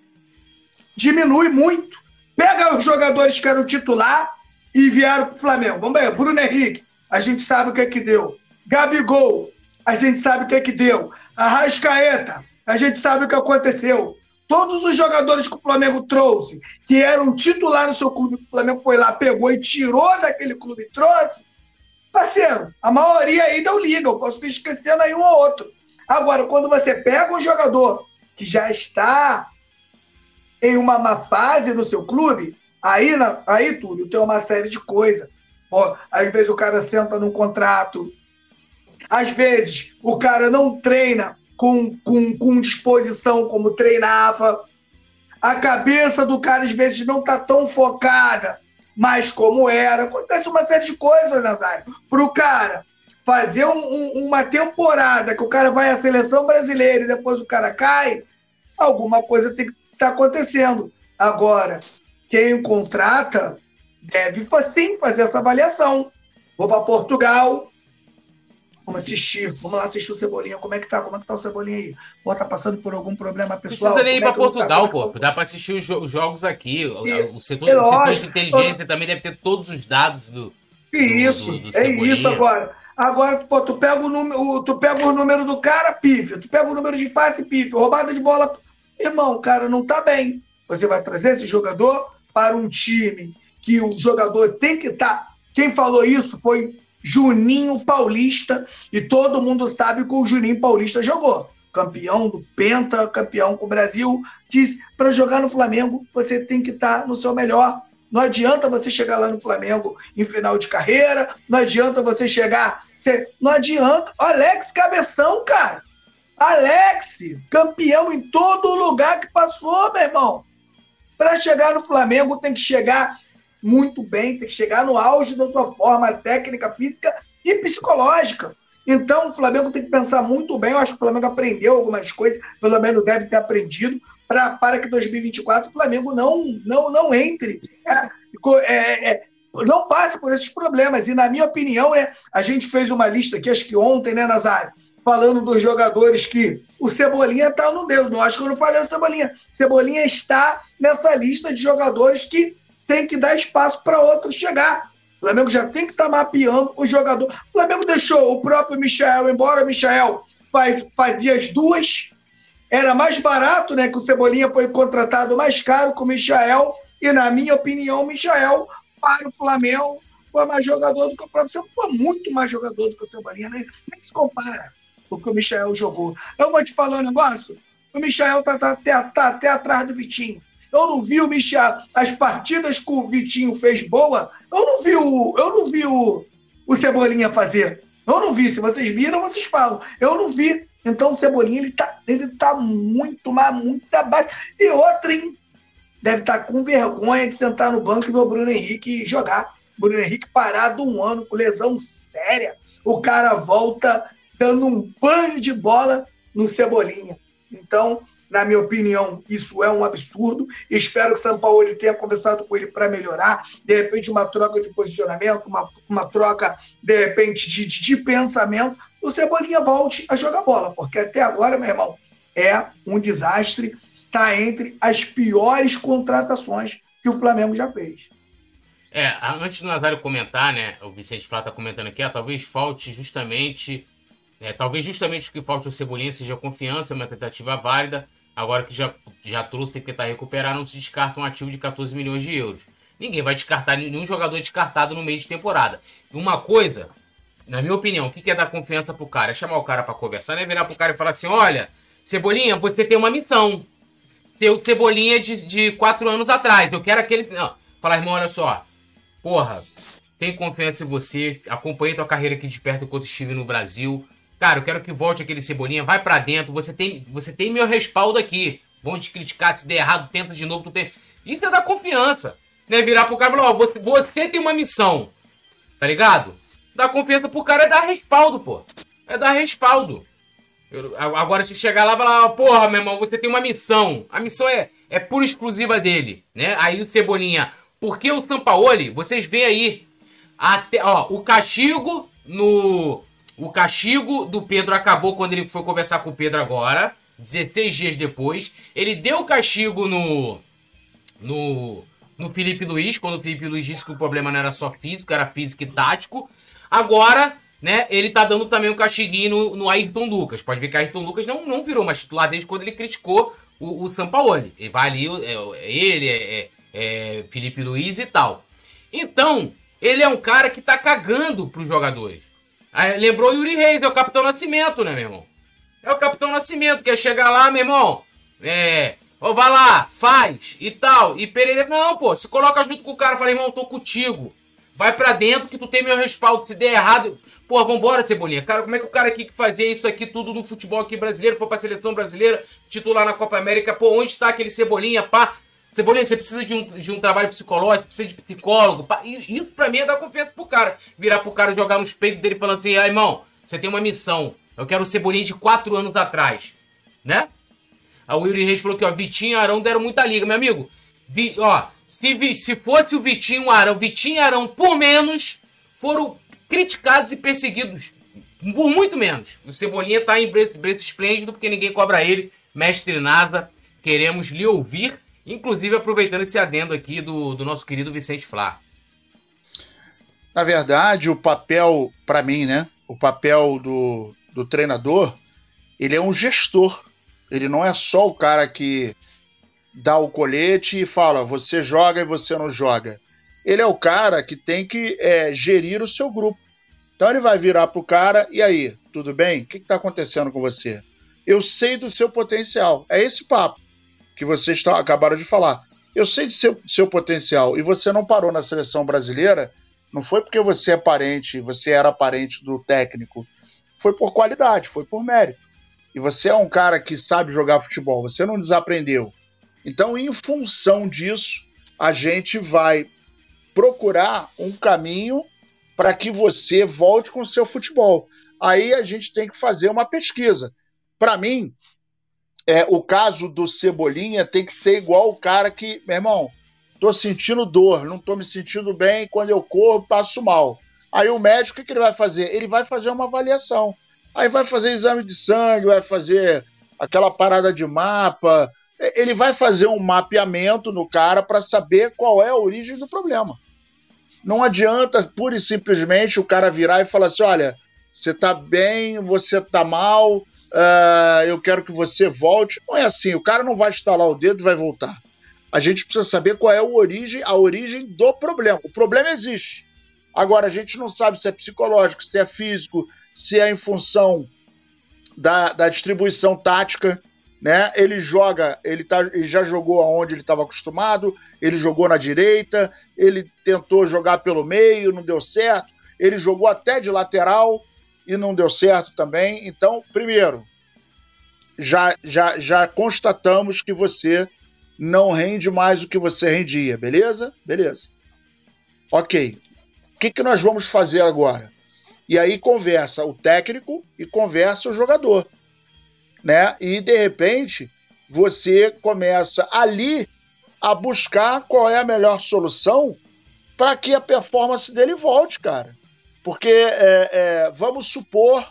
diminui muito. Pega os jogadores que eram titular e vieram para o Flamengo. Vamos ver, Bruno Henrique, a gente sabe o que é que deu. Gabigol, a gente sabe o que é que deu. Arrascaeta, a gente sabe o que aconteceu. Todos os jogadores que o Flamengo trouxe, que eram titular no seu clube, que o Flamengo foi lá, pegou e tirou daquele clube e trouxe, parceiro, a maioria aí deu liga. Eu posso estar esquecendo aí um ou outro. Agora, quando você pega um jogador que já está em uma má fase no seu clube, aí Túlio, tem uma série de coisas. Às vezes o cara senta num contrato, às vezes o cara não treina com disposição como treinava. A cabeça do cara às vezes não está tão focada, mas como era. Acontece uma série de coisas, Nazário. Para o cara fazer uma temporada que o cara vai à seleção brasileira e depois o cara cai, alguma coisa está acontecendo. Agora, quem contrata deve sim fazer essa avaliação. Vou para Portugal, vamos lá assistir o Cebolinha. Como é que tá o Cebolinha aí? Pô, tá passando por algum problema pessoal? Precisa nem ir para Portugal, pô. Dá para assistir os jogos aqui. O setor de inteligência também deve ter todos os dados do Cebolinha. Isso agora. Agora, pô, tu pega o número do cara, pífio. Tu pega o número de passe, pífio. Roubada de bola. Irmão, o cara não tá bem. Você vai trazer esse jogador para um time que o jogador tem que estar. Quem falou isso foi Juninho Paulista. E todo mundo sabe que o Juninho Paulista jogou. Campeão do Penta, campeão com o Brasil. Diz, para jogar no Flamengo, você tem que estar no seu melhor. Não adianta você chegar lá no Flamengo em final de carreira. Não adianta você chegar... Não adianta. Alex Cabeção, cara. Alex, campeão em todo lugar que passou, meu irmão. Para chegar no Flamengo tem que chegar muito bem, tem que chegar no auge da sua forma técnica, física e psicológica. Então o Flamengo tem que pensar muito bem. Eu acho que o Flamengo aprendeu algumas coisas, pelo menos deve ter aprendido, para que 2024 o Flamengo não entre, não passe por esses problemas. E na minha opinião, a gente fez uma lista aqui, acho que ontem, né, Nazário? Falando dos jogadores que o Cebolinha está no dedo. Não acho que eu não falei o Cebolinha. Cebolinha está nessa lista de jogadores que tem que dar espaço para outros chegar. O Flamengo já tem que estar mapeando o jogador. O Flamengo deixou o próprio Michael, embora o Michael fazia as duas, era mais barato, né? Que o Cebolinha foi contratado mais caro que o Michael. E, na minha opinião, o Michael, para o Flamengo, foi mais jogador do que o próprio Cebolinha. Foi muito mais jogador do que o Cebolinha, né? Nem se compara o que o Michael jogou. Eu vou te falar um negócio. O Michael tá até atrás do Vitinho. Eu não vi o Michael, as partidas que o Vitinho fez boa, eu não vi o Cebolinha fazer. Eu não vi. Se vocês viram, vocês falam. Eu não vi. Então o Cebolinha, ele tá muito, mas muito abaixo. E outra, hein? Deve estar com vergonha de sentar no banco e ver o Bruno Henrique jogar. Bruno Henrique parado 1 ano, com lesão séria. O cara volta dando um banho de bola no Cebolinha. Então, na minha opinião, isso é um absurdo. Espero que o São Paulo tenha conversado com ele para melhorar. De repente, uma troca de posicionamento, uma troca, de repente, de pensamento. O Cebolinha volte a jogar bola, porque até agora, meu irmão, é um desastre. Está entre as piores contratações que o Flamengo já fez. Antes do Nazário comentar, né? O Vicente Flá está comentando aqui, talvez falte justamente... talvez justamente o que falte ao Cebolinha seja a confiança, uma tentativa válida. Agora que já trouxe, tem que tentar recuperar, não se descarta um ativo de 14 milhões de euros. Ninguém vai descartar, nenhum jogador descartado no meio de temporada. E uma coisa, na minha opinião, o que é dar confiança pro cara? É chamar o cara para conversar, não é virar pro cara e falar assim, olha, Cebolinha, você tem uma missão. Seu Cebolinha de 4 anos atrás. Eu quero aqueles... Não, falar, irmão, olha só. Porra, tenho confiança em você. Acompanhei tua carreira aqui de perto enquanto estive no Brasil. Cara, eu quero que volte aquele Cebolinha. Vai pra dentro. Você tem meu respaldo aqui. Vão te criticar. Se der errado, tenta de novo. Isso é dar confiança. Né? Virar pro cara e falar, ó, você tem uma missão. Tá ligado? Dar confiança pro cara é dar respaldo, pô. É dar respaldo. Agora, se chegar lá e falar, porra, meu irmão, você tem uma missão. A missão é pura exclusiva dele, né? Aí o Cebolinha, porque o Sampaoli, vocês veem aí, até, ó, o castigo do Pedro acabou quando ele foi conversar com o Pedro agora, 16 dias depois. Ele deu o castigo no Felipe Luiz, quando o Felipe Luiz disse que o problema não era só físico, era físico e tático. Agora... né, ele tá dando também um castiguinho no Ayrton Lucas. Pode ver que Ayrton Lucas não virou mais titular desde quando ele criticou o Sampaoli. Ele vai ali, Felipe Luiz e tal. Então, ele é um cara que tá cagando pros jogadores. Aí, lembrou Yuri Reis, é o Capitão Nascimento, né, meu irmão? É o Capitão Nascimento, quer chegar lá, meu irmão, vai lá, faz e tal. E Pereira, não, pô, se coloca junto com o cara, fala, irmão, tô contigo. Vai pra dentro que tu tem meu respaldo. Se der errado... Pô, vambora, Cebolinha. Cara, como é que o cara aqui que fazia isso aqui tudo no futebol aqui brasileiro, foi pra seleção brasileira, titular na Copa América, pô, onde tá aquele Cebolinha, pá? Cebolinha, você precisa de um trabalho psicológico, você precisa de psicólogo, pá. Isso pra mim é dar confiança pro cara. Virar pro cara, jogar nos peitos dele falando assim, irmão, você tem uma missão. Eu quero o Cebolinha de 4 anos atrás, né? A Willy Reis falou que, ó, Vitinho e Arão deram muita liga, meu amigo. Se fosse o Vitinho e Arão por menos, foram criticados e perseguidos por muito menos. O Cebolinha tá em preço esplêndido porque ninguém cobra ele. Mestre Nasa, queremos lhe ouvir, inclusive aproveitando esse adendo aqui do nosso querido Vicente Flá. Na verdade, o papel, para mim, né? O papel do treinador, ele é um gestor. Ele não é só o cara que dá o colete e fala, você joga e você não joga. Ele é o cara que tem que gerir o seu grupo. Então ele vai virar pro cara, e aí, tudo bem? O que está acontecendo com você? Eu sei do seu potencial. É esse papo que vocês acabaram de falar. Eu sei do seu potencial, e você não parou na seleção brasileira, não foi porque você era parente do técnico. Foi por qualidade, foi por mérito. E você é um cara que sabe jogar futebol, você não desaprendeu. Então, em função disso, a gente vai procurar um caminho para que você volte com o seu futebol. Aí a gente tem que fazer uma pesquisa. Para mim, o caso do Cebolinha tem que ser igual o cara que, meu irmão, tô sentindo dor, não tô me sentindo bem, quando eu corro, passo mal. Aí o médico, o que ele vai fazer? Ele vai fazer uma avaliação. Aí vai fazer exame de sangue, vai fazer aquela parada de mapa, ele vai fazer um mapeamento no cara para saber qual é a origem do problema. Não adianta pura e simplesmente o cara virar e falar assim, olha, você tá bem, você tá mal, eu quero que você volte. Não é assim, o cara não vai estalar o dedo e vai voltar. A gente precisa saber qual é a origem do problema. O problema existe. Agora, a gente não sabe se é psicológico, se é físico, se é em função da distribuição tática, né? Ele já jogou aonde ele estava acostumado, ele jogou na direita, ele tentou jogar pelo meio, não deu certo, ele jogou até de lateral e não deu certo também. Então, primeiro, já constatamos que você não rende mais o que você rendia, beleza? Beleza. Ok. O que nós vamos fazer agora? E aí conversa o técnico e conversa o jogador, né? E, de repente, você começa ali a buscar qual é a melhor solução para que a performance dele volte, cara. Porque vamos supor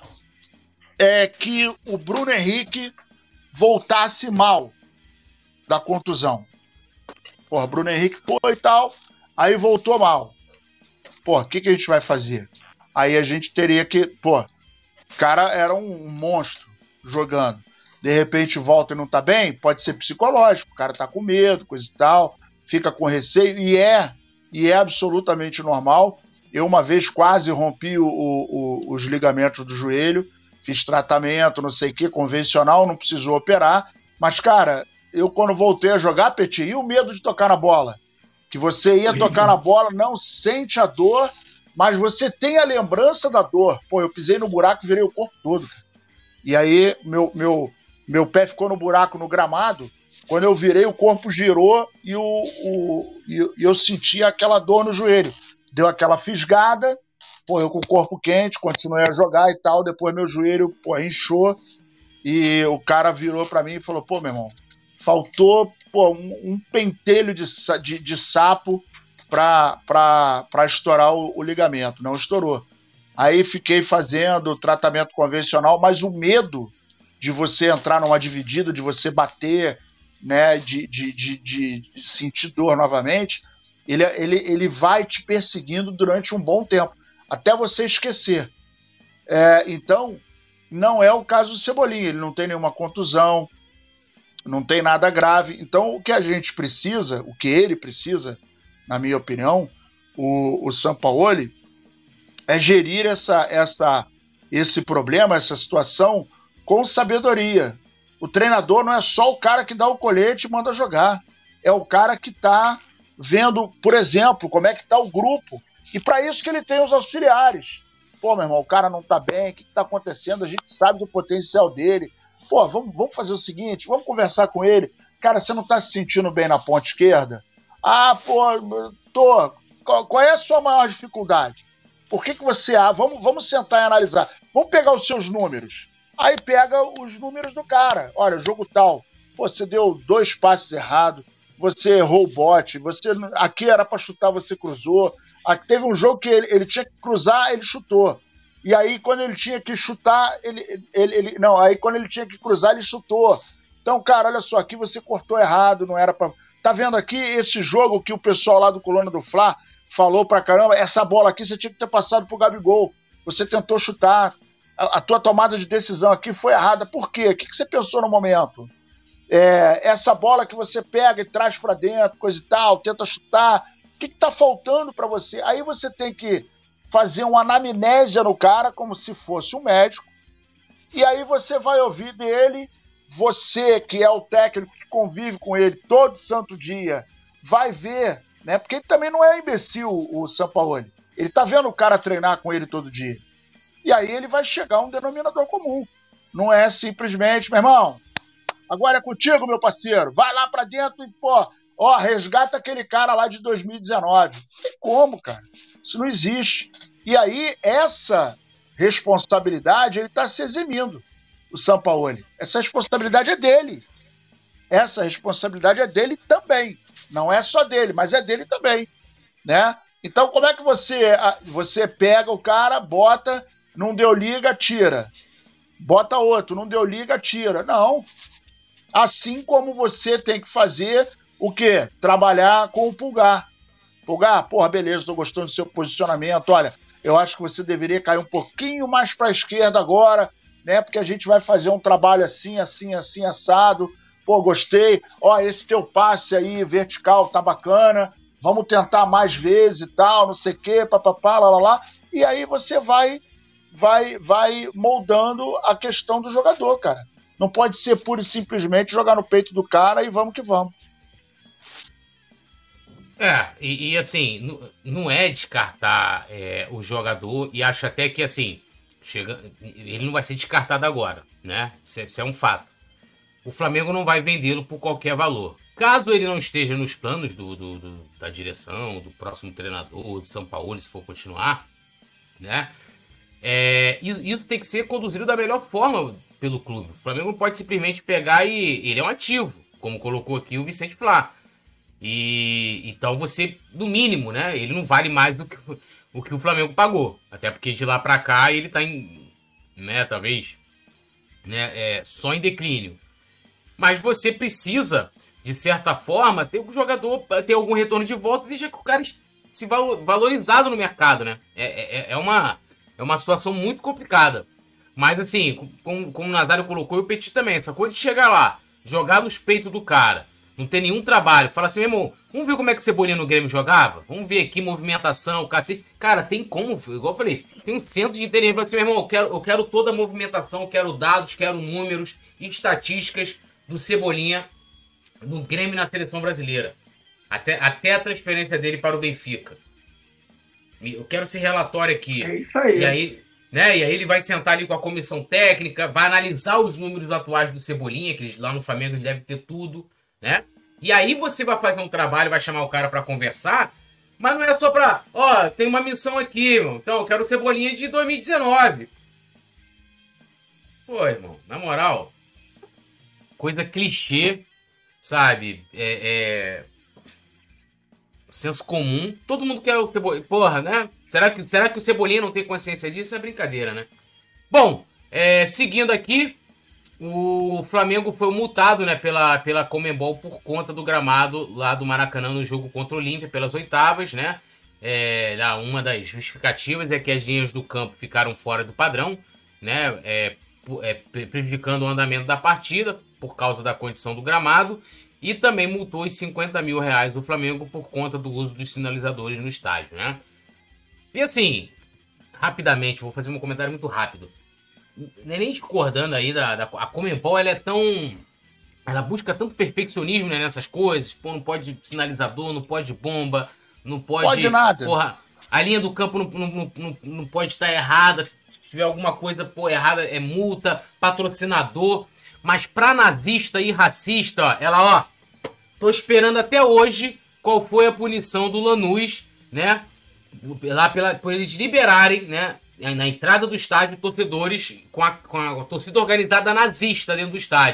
que o Bruno Henrique voltasse mal da contusão. Porra, Bruno Henrique foi e tal, aí voltou mal. Pô, o que a gente vai fazer? Aí a gente teria que... Pô, o cara era um monstro jogando. De repente volta e não tá bem, pode ser psicológico. O cara tá com medo, coisa e tal, fica com receio, e é absolutamente normal. Eu uma vez quase rompi os ligamentos do joelho, fiz tratamento, não sei o que, convencional, não precisou operar. Mas, cara, eu quando voltei a jogar, Petit, e o medo de tocar na bola? Que você ia tocar na bola, não sente a dor, mas você tem a lembrança da dor. Pô, eu pisei no buraco e virei o corpo todo. E aí, meu pé ficou no buraco no gramado. Quando eu virei, o corpo girou e eu senti aquela dor no joelho. Deu aquela fisgada, pô, eu com o corpo quente, continuei a jogar e tal. Depois meu joelho, pô, inchou. E o cara virou pra mim e falou, pô, meu irmão, faltou um pentelho de sapo para estourar o ligamento. Não estourou. Aí fiquei fazendo tratamento convencional, mas o medo de você entrar numa dividida, de você bater, né, de sentir dor novamente, ele vai te perseguindo durante um bom tempo, até você esquecer. Então, não é o caso do Cebolinha, ele não tem nenhuma contusão, não tem nada grave. Então, o que a gente precisa, o que ele precisa, na minha opinião, o Sampaoli, é gerir esse problema, essa situação com sabedoria. O treinador não é só o cara que dá o colete e manda jogar. É o cara que está vendo, por exemplo, como é que está o grupo. E para isso que ele tem os auxiliares. Pô, meu irmão, o cara não está bem, o que está acontecendo? A gente sabe do potencial dele. Pô, vamos fazer o seguinte, vamos conversar com ele. Cara, você não está se sentindo bem na ponta esquerda? Ah, pô, tô. Qual é a sua maior dificuldade? Por que você... Vamos sentar e analisar. Vamos pegar os seus números. Aí pega os números do cara. Olha, jogo tal, Pô, você deu 2 passes errados, você errou o bote, aqui era para chutar, você cruzou. Aqui teve um jogo que ele tinha que cruzar, ele chutou. E aí, quando ele tinha que chutar, aí quando ele tinha que cruzar, ele chutou. Então, cara, olha só, aqui você cortou errado, não era pra... Tá vendo aqui esse jogo que o pessoal lá do Colônia do Fla falou pra caramba? Essa bola aqui você tinha que ter passado pro Gabigol. Você tentou chutar. A tua tomada de decisão aqui foi errada. Por quê? O que você pensou no momento? Essa bola que você pega e traz pra dentro, coisa e tal, tenta chutar. O que tá faltando pra você? Aí você tem que fazer uma anamnésia no cara, como se fosse um médico. E aí você vai ouvir dele, você que é o técnico que convive com ele todo santo dia, vai ver, né? Porque ele também não é imbecil, o Sampaoli. Ele tá vendo o cara treinar com ele todo dia. E aí ele vai chegar a um denominador comum. Não é simplesmente, meu irmão, agora é contigo, meu parceiro. Vai lá pra dentro e, resgata aquele cara lá de 2019. Não tem como, cara. Isso não existe. E aí, essa responsabilidade, ele tá se eximindo, o Sampaoli. Essa responsabilidade é dele. Essa responsabilidade é dele também. Não é só dele, mas é dele também, né? Então, como é que você pega o cara, bota, não deu liga, tira. Bota outro, não deu liga, tira. Não. Assim como você tem que fazer o quê? Trabalhar com o Pulgar. Pulgar, beleza, tô gostando do seu posicionamento. Olha, eu acho que você deveria cair um pouquinho mais para a esquerda agora, né? Porque a gente vai fazer um trabalho assim, assim, assim, assado. Gostei. Esse teu passe aí vertical tá bacana. Vamos tentar mais vezes e tal, não sei o quê, papapá, lá. E aí você vai moldando a questão do jogador, cara. Não pode ser pura e simplesmente jogar no peito do cara e vamos que vamos. E assim, não é descartar o jogador, e acho até que assim, ele não vai ser descartado agora, né? Isso é um fato. O Flamengo não vai vendê-lo por qualquer valor. Caso ele não esteja nos planos da direção, do próximo treinador, do Sampaoli, se for continuar, né? Isso tem que ser conduzido da melhor forma pelo clube. O Flamengo não pode simplesmente pegar ele é um ativo, como colocou aqui o Vicente Flá. Então você, no mínimo, né? Ele não vale mais do que o que o Flamengo pagou. Até porque de lá pra cá ele tá talvez, só em declínio. Mas você precisa, de certa forma, ter o jogador ter algum retorno de volta e deixar que o cara se valorizado no mercado, né? É uma situação muito complicada. Mas assim, como o Nazário colocou, e o Petit também, essa coisa de chegar lá, jogar nos peitos do cara, não ter nenhum trabalho, fala assim, meu irmão, vamos ver como é que o Cebolinha no Grêmio jogava? Vamos ver aqui movimentação, cacete. Cara, tem como, igual eu falei, tem um centro de inteligência, fala assim, meu irmão, eu quero toda a movimentação, eu quero dados, quero números e estatísticas do Cebolinha no Grêmio e na seleção brasileira. Até a transferência dele para o Benfica. Eu quero esse relatório aqui. É isso aí. E aí ele vai sentar ali com a comissão técnica, vai analisar os números atuais do Cebolinha, que lá no Flamengo eles devem ter tudo, né? E aí você vai fazer um trabalho, vai chamar o cara para conversar, mas não é só pra, tem uma missão aqui, irmão. Então, eu quero o Cebolinha de 2019. Pô, irmão, na moral, coisa clichê, sabe? Senso comum. Todo mundo quer o Cebolinha. Porra, né? Será que o Cebolinha não tem consciência disso? É brincadeira, né? Bom, seguindo aqui, o Flamengo foi multado, né, pela Conmebol por conta do gramado lá do Maracanã no jogo contra o Olímpia, pelas oitavas, né? Uma das justificativas é que as linhas do campo ficaram fora do padrão, né? Prejudicando o andamento da partida por causa da condição do gramado. E também multou os R$50 mil o Flamengo por conta do uso dos sinalizadores no estádio, né? E assim, rapidamente, vou fazer um comentário muito rápido. Nem discordando aí a Conmebol, ela busca tanto perfeccionismo, né, nessas coisas. Não pode sinalizador, não pode bomba, não pode nada. Porra, a linha do campo não pode estar errada. Se tiver alguma coisa errada, é multa, patrocinador. Mas pra nazista e racista, tô esperando até hoje qual foi a punição do Lanús, né? Por eles liberarem, né? Na entrada do estádio, torcedores com a torcida organizada nazista dentro do estádio.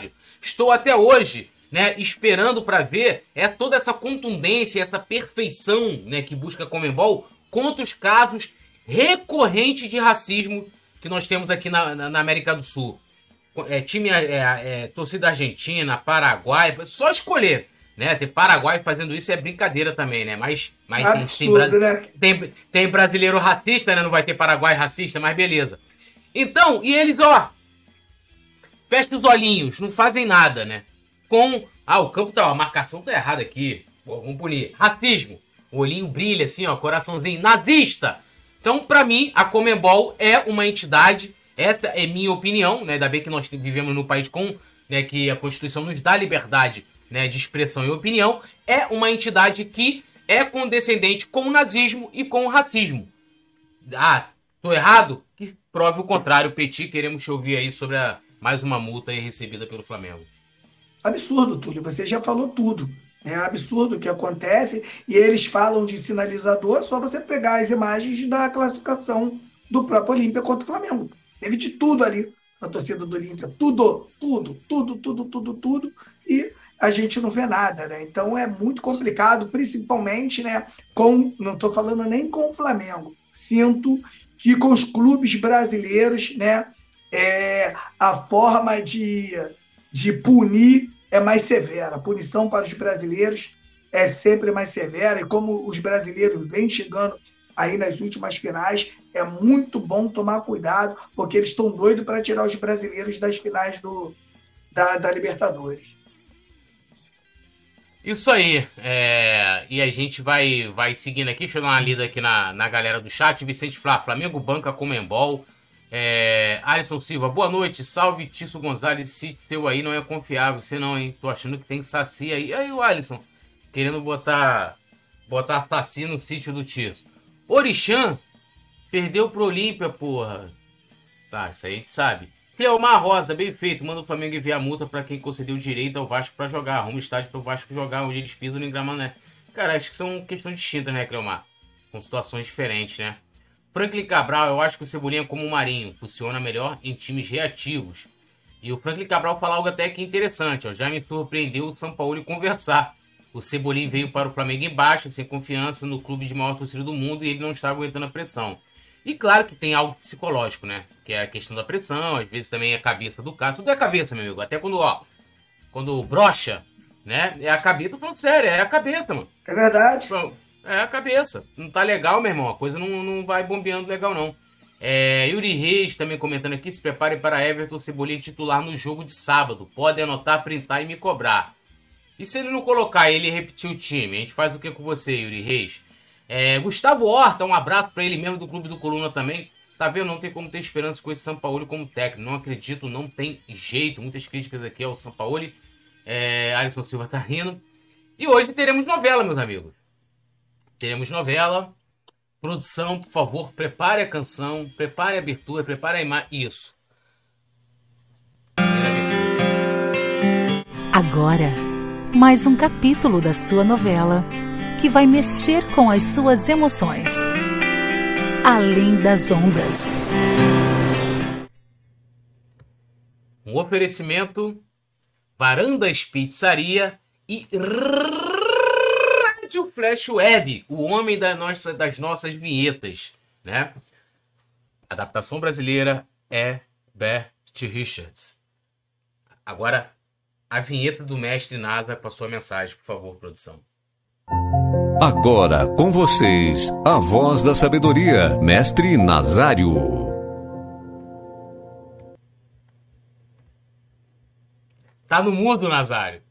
Estou até hoje, né, esperando para ver toda essa contundência, essa perfeição, né, que busca a Conmebol contra os casos recorrentes de racismo que nós temos aqui na América do Sul. Torcida argentina, Paraguai, só escolher, né? Ter Paraguai fazendo isso é brincadeira também, né? Mas absurdo, né? Tem brasileiro racista, né? Não vai ter Paraguai racista, mas beleza. Então, e eles, ó, fecham os olhinhos, não fazem nada, né? O campo a marcação tá errada aqui, pô, vamos punir. Racismo, o olhinho brilha assim, ó, coraçãozinho, nazista. Então, pra mim, a Conmebol é uma entidade, essa é minha opinião, né? Ainda bem que nós vivemos num país né, que a Constituição nos dá liberdade, né, de expressão e opinião, é uma entidade que é condescendente com o nazismo e com o racismo. Ah, tô errado? Que prove o contrário, Petit, queremos te ouvir aí sobre mais uma multa aí recebida pelo Flamengo. Absurdo, Túlio, você já falou tudo. É absurdo o que acontece, e eles falam de sinalizador, é só você pegar as imagens da classificação do próprio Olímpia contra o Flamengo. Teve de tudo ali na torcida do Olímpia, tudo, e a gente não vê nada, né? Então é muito complicado, principalmente, né, não estou falando nem com o Flamengo, sinto que com os clubes brasileiros, né, a forma de punir é mais severa. A punição para os brasileiros é sempre mais severa, e como os brasileiros vêm chegando aí nas últimas finais, é muito bom tomar cuidado, porque eles estão doidos para tirar os brasileiros das finais da Libertadores. Isso aí. E a gente vai seguindo aqui. Deixa eu dar uma lida aqui na galera do chat. Vicente Flá, Flamengo banca Conmebol. Alisson Silva, boa noite. Salve, Tício Gonzalez. Esse seu aí não é confiável. Você não, hein? Tô achando que tem saci aí. Aí o Alisson, querendo botar saci no sítio do Tício. Orixã perdeu pro Olímpia, porra. Tá, isso aí a gente sabe. Cleomar Rosa, bem feito. Manda o Flamengo enviar multa pra quem concedeu direito ao Vasco pra jogar. Arruma o estádio pro Vasco jogar, onde eles pisam no Gramané. Cara, acho que são questões distintas, né, Cleomar? Com situações diferentes, né? Franklin Cabral, eu acho que o Cebolinha é como o Marinho. Funciona melhor em times reativos. E o Franklin Cabral fala algo até que interessante. Ó, já me surpreendeu o Sampaoli conversar. O Cebolinha veio para o Flamengo em baixa, sem confiança no clube de maior torcida do mundo, e ele não está aguentando a pressão. E claro que tem algo psicológico, né? Que é a questão da pressão, às vezes também é a cabeça do cara. Tudo é a cabeça, meu amigo. Até quando brocha, né? É a cabeça. Tô falando sério, é a cabeça, mano. É verdade. É a cabeça. Não tá legal, meu irmão. A coisa não vai bombeando legal, não. Yuri Reis também comentando aqui. Se prepare para Everton Cebolinha titular no jogo de sábado. Pode anotar, printar e me cobrar. E se ele não colocar ele repetir o time? A gente faz o que com você, Yuri Reis? Gustavo Horta, um abraço para ele mesmo do Clube do Coluna também. Tá vendo? Não tem como ter esperança com esse Sampaoli como técnico. Não acredito, não tem jeito. Muitas críticas aqui ao Sampaoli. Alisson Silva tá rindo. E hoje teremos novela, meus amigos. Teremos novela. Produção, por favor, prepare a canção, prepare a abertura, prepare a imagem. Isso. Agora, mais um capítulo da sua novela que vai mexer com as suas emoções. Além das ondas. Um oferecimento, Varandas Pizzaria e Rádio Flash Web, o homem das nossas vinhetas, né? A adaptação brasileira é Bert Richards. Agora, a vinheta do Mestre Nasa com a sua mensagem, por favor, produção. Agora, com vocês, a voz da sabedoria, Mestre Nazário. Tá no mudo, Nazário.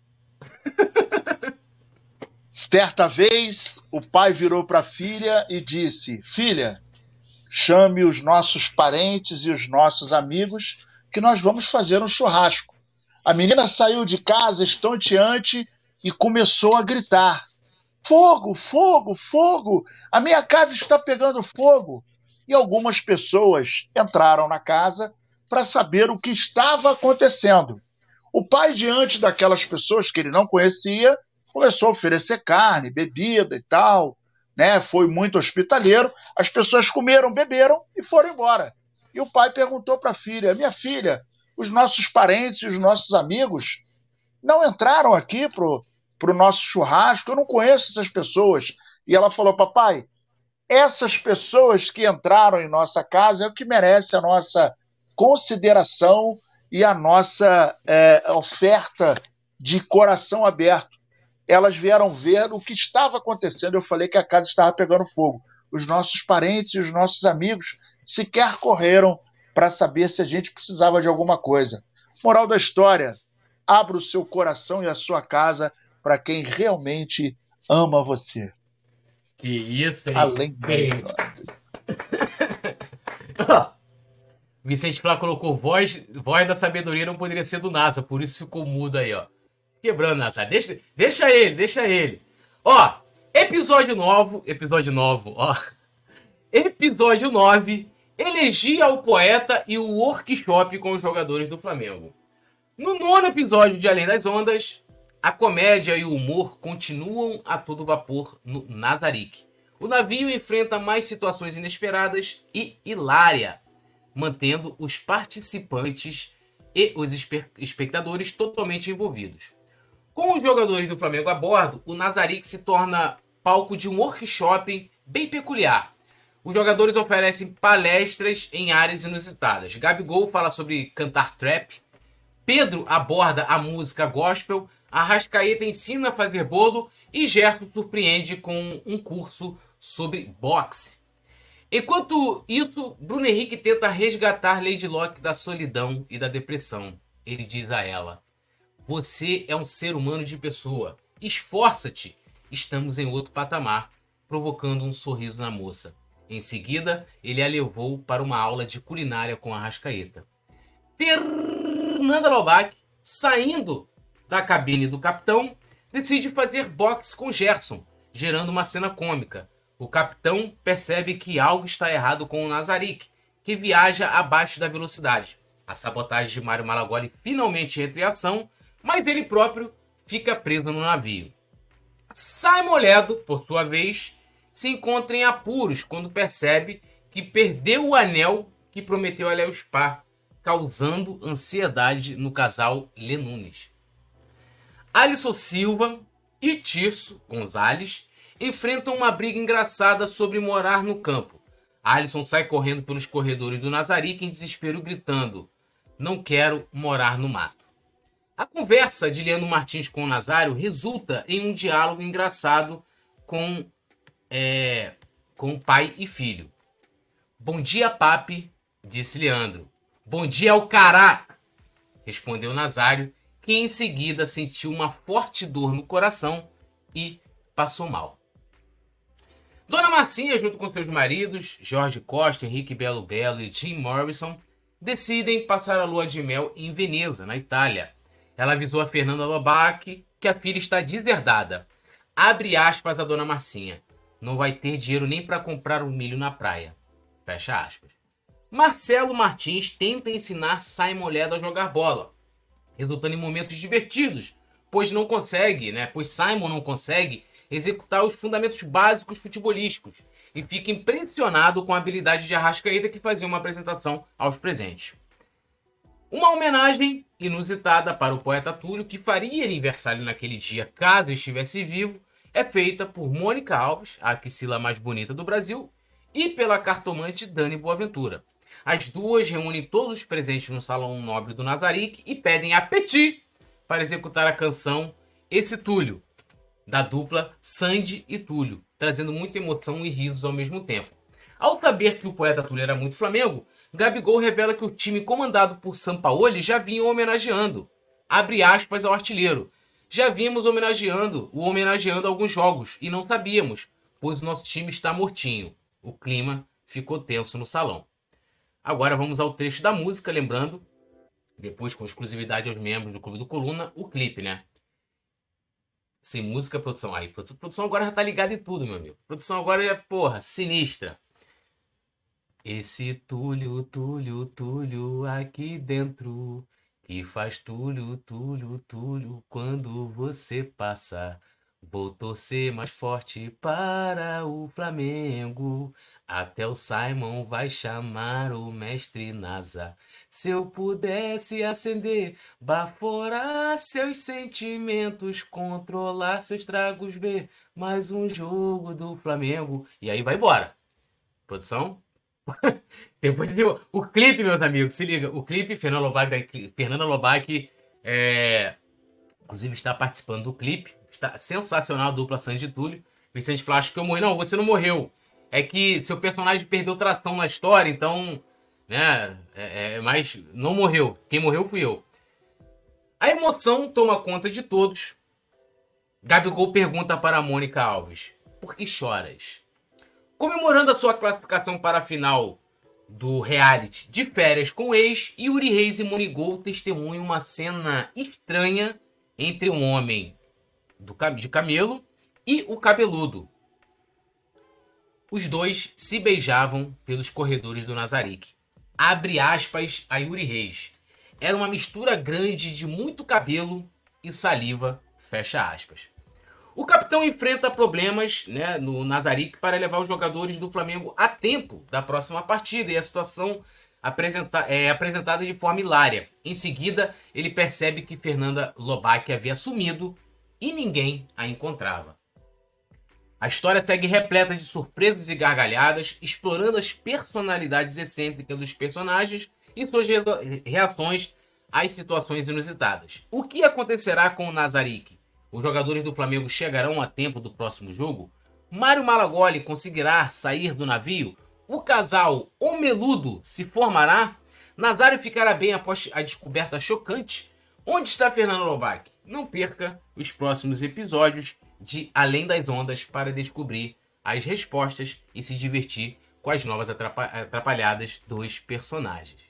Certa vez, o pai virou para a filha e disse: Filha, chame os nossos parentes e os nossos amigos que nós vamos fazer um churrasco. A menina saiu de casa estonteante e começou a gritar: Fogo, fogo, fogo! A minha casa está pegando fogo! E algumas pessoas entraram na casa para saber o que estava acontecendo. O pai, diante daquelas pessoas que ele não conhecia, começou a oferecer carne, bebida e tal, né? Foi muito hospitaleiro. As pessoas comeram, beberam e foram embora. E o pai perguntou para a filha: Minha filha, os nossos parentes e os nossos amigos não entraram aqui pro nosso churrasco, eu não conheço essas pessoas. E ela falou, papai, essas pessoas que entraram em nossa casa é o que merece a nossa consideração e a nossa oferta de coração aberto. Elas vieram ver o que estava acontecendo. Eu falei que a casa estava pegando fogo. Os nossos parentes e os nossos amigos sequer correram para saber se a gente precisava de alguma coisa. Moral da história, abra o seu coração e a sua casa para quem realmente ama você. Que isso, hein? Além Vicente Flá colocou voz da sabedoria não poderia ser do NASA, por isso ficou mudo aí, ó. Quebrando, NASA. Deixa ele. Ó, episódio 9, ó. Episódio 9, elegia o poeta e o workshop com os jogadores do Flamengo. No 9º episódio de Além das Ondas, a comédia e o humor continuam a todo vapor no Nazarick. O navio enfrenta mais situações inesperadas e hilária, mantendo os participantes e os espectadores totalmente envolvidos. Com os jogadores do Flamengo a bordo, o Nazarick se torna palco de um workshop bem peculiar. Os jogadores oferecem palestras em áreas inusitadas. Gabigol fala sobre cantar trap, Pedro aborda a música gospel, Arrascaeta ensina a fazer bolo e Gerson surpreende com um curso sobre boxe. Enquanto isso, Bruno Henrique tenta resgatar Lady Locke da solidão e da depressão. Ele diz a ela, você é um ser humano de pessoa, esforça-te, estamos em outro patamar, provocando um sorriso na moça. Em seguida, ele a levou para uma aula de culinária com Arrascaeta. Fernanda Lobac, saindo da cabine do capitão, decide fazer boxe com Gerson, gerando uma cena cômica. O capitão percebe que algo está errado com o Nazarick, que viaja abaixo da velocidade. A sabotagem de Mário Malagoli finalmente entra em ação, mas ele próprio fica preso no navio. Simon Ledo, por sua vez, se encontra em apuros quando percebe que perdeu o anel que prometeu a Léo Spar, causando ansiedade no casal Lenunes. Alisson Silva e Tirso Gonzalez enfrentam uma briga engraçada sobre morar no campo. Alisson sai correndo pelos corredores do Nazarick em desespero, gritando, não quero morar no mato. A conversa de Leandro Martins com o Nazário resulta em um diálogo engraçado com pai e filho. Bom dia, papi, disse Leandro. Bom dia ao cará, respondeu Nazário, que em seguida sentiu uma forte dor no coração e passou mal. Dona Marcinha, junto com seus maridos, Jorge Costa, Henrique Belo Belo e Jim Morrison, decidem passar a lua de mel em Veneza, na Itália. Ela avisou a Fernanda Lobac que a filha está deserdada. Abre aspas a Dona Marcinha. Não vai ter dinheiro nem para comprar um milho na praia. Fecha aspas. Marcelo Martins tenta ensinar Simon Ledo a jogar bola, resultando em momentos divertidos, pois Simon não consegue executar os fundamentos básicos futebolísticos e fica impressionado com a habilidade de Arrascaeta, que fazia uma apresentação aos presentes. Uma homenagem inusitada para o poeta Túlio, que faria aniversário naquele dia caso estivesse vivo, é feita por Mônica Alves, a axila mais bonita do Brasil, e pela cartomante Dani Boaventura. As duas reúnem todos os presentes no Salão Nobre do Nazarick e pedem a Petit para executar a canção Esse Túlio, da dupla Sandy e Túlio, trazendo muita emoção e risos ao mesmo tempo. Ao saber que o poeta Túlio era muito Flamengo, Gabigol revela que o time comandado por Sampaoli já vinha homenageando. Abre aspas ao artilheiro. Já vínhamos homenageando alguns jogos e não sabíamos, pois o nosso time está mortinho. O clima ficou tenso no salão. Agora vamos ao trecho da música, lembrando, depois com exclusividade aos membros do Clube do Coluna, o clipe, né? Sem música, produção. Aí, produção agora já tá ligada em tudo, meu amigo. Produção agora é, sinistra. Esse Túlio, Túlio, Túlio aqui dentro, que faz Túlio, Túlio, Túlio quando você passa. Vou torcer mais forte para o Flamengo. Até o Simon vai chamar o mestre Nasa. Se eu pudesse acender, baforar seus sentimentos, controlar seus tragos, ver mais um jogo do Flamengo. E aí vai embora. Produção? Depois o clipe, meus amigos, se liga. O clipe, Fernanda Lobac, inclusive está participando do clipe. Está sensacional a dupla Sandy e Túlio. Vicente Flá, acho que eu morri. Não, você não morreu. É que seu personagem perdeu tração na história, então, né, mas não morreu. Quem morreu fui eu. A emoção toma conta de todos. Gabigol pergunta para a Mônica Alves: por que choras? Comemorando a sua classificação para a final do reality de férias com o ex, Yuri Reis e Monigol testemunham uma cena estranha entre um homem de camelo e o cabeludo. Os dois se beijavam pelos corredores do Nazarick. Abre aspas a Yuri Reis. Era uma mistura grande de muito cabelo e saliva, fecha aspas. O capitão enfrenta problemas, né, no Nazarick para levar os jogadores do Flamengo a tempo da próxima partida, e a situação é apresentada de forma hilária. Em seguida, ele percebe que Fernanda Lobac havia sumido e ninguém a encontrava. A história segue repleta de surpresas e gargalhadas, explorando as personalidades excêntricas dos personagens e suas reações às situações inusitadas. O que acontecerá com o Nazarick? Os jogadores do Flamengo chegarão a tempo do próximo jogo? Mário Malagoli conseguirá sair do navio? O casal Homeludo se formará? Nazário ficará bem após a descoberta chocante? Onde está Fernanda Lobac? Não perca os próximos episódios de Além das Ondas para descobrir as respostas e se divertir com as novas atrapalhadas dos personagens.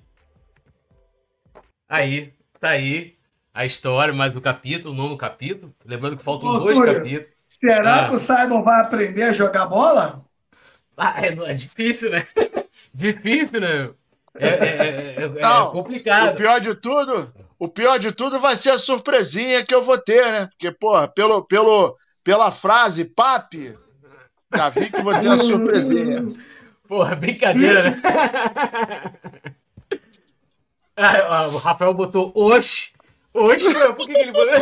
Aí, tá aí a história, mais o capítulo, o nono capítulo. Lembrando que faltam 2 capítulos. Será que o Simon vai aprender a jogar bola? É difícil, né? Difícil, né? É complicado. O pior de tudo vai ser a surpresinha que eu vou ter, né? Porque, porra, pela frase papi, já vi que vou ter uma surpresinha. Porra, brincadeira, né? O Rafael botou oxe. Oxe, meu, por que ele botou?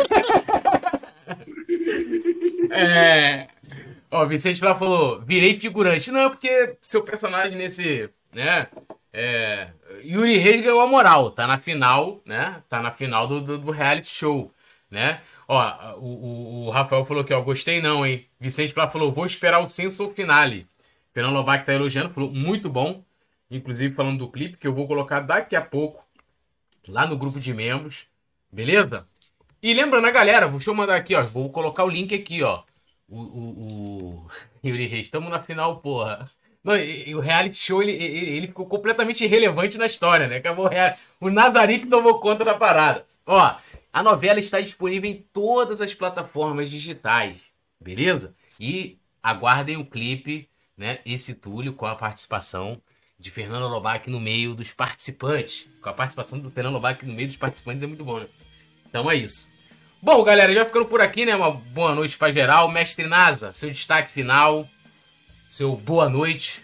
Ó, Vicente Flá falou, virei figurante. Não, porque seu personagem nesse, né, Yuri Reis ganhou a moral, tá na final, né, tá na final do reality show, né. Ó, o Rafael falou que, ó, gostei não, hein. Vicente Flá falou, vou esperar o senso finale. Fernando Lobac tá elogiando, falou, muito bom, inclusive falando do clipe, que eu vou colocar daqui a pouco lá no grupo de membros, beleza? E lembrando a galera, deixa eu mandar aqui, ó, vou colocar o link aqui, ó. O Yuri Reis, estamos na final, porra. Não, o reality show, ele ficou completamente irrelevante na história, né? Acabou o Nazarick tomou conta da parada. Ó, a novela está disponível em todas as plataformas digitais, beleza? E aguardem o clipe, né? Esse Túlio com a participação de Fernanda Lobac no meio dos participantes. Com a participação do Fernando Lobac no meio dos participantes é muito bom, né? Então é isso. Bom, galera, já ficando por aqui, né? Uma boa noite pra geral. Mestre Nasa, seu destaque final, seu boa noite.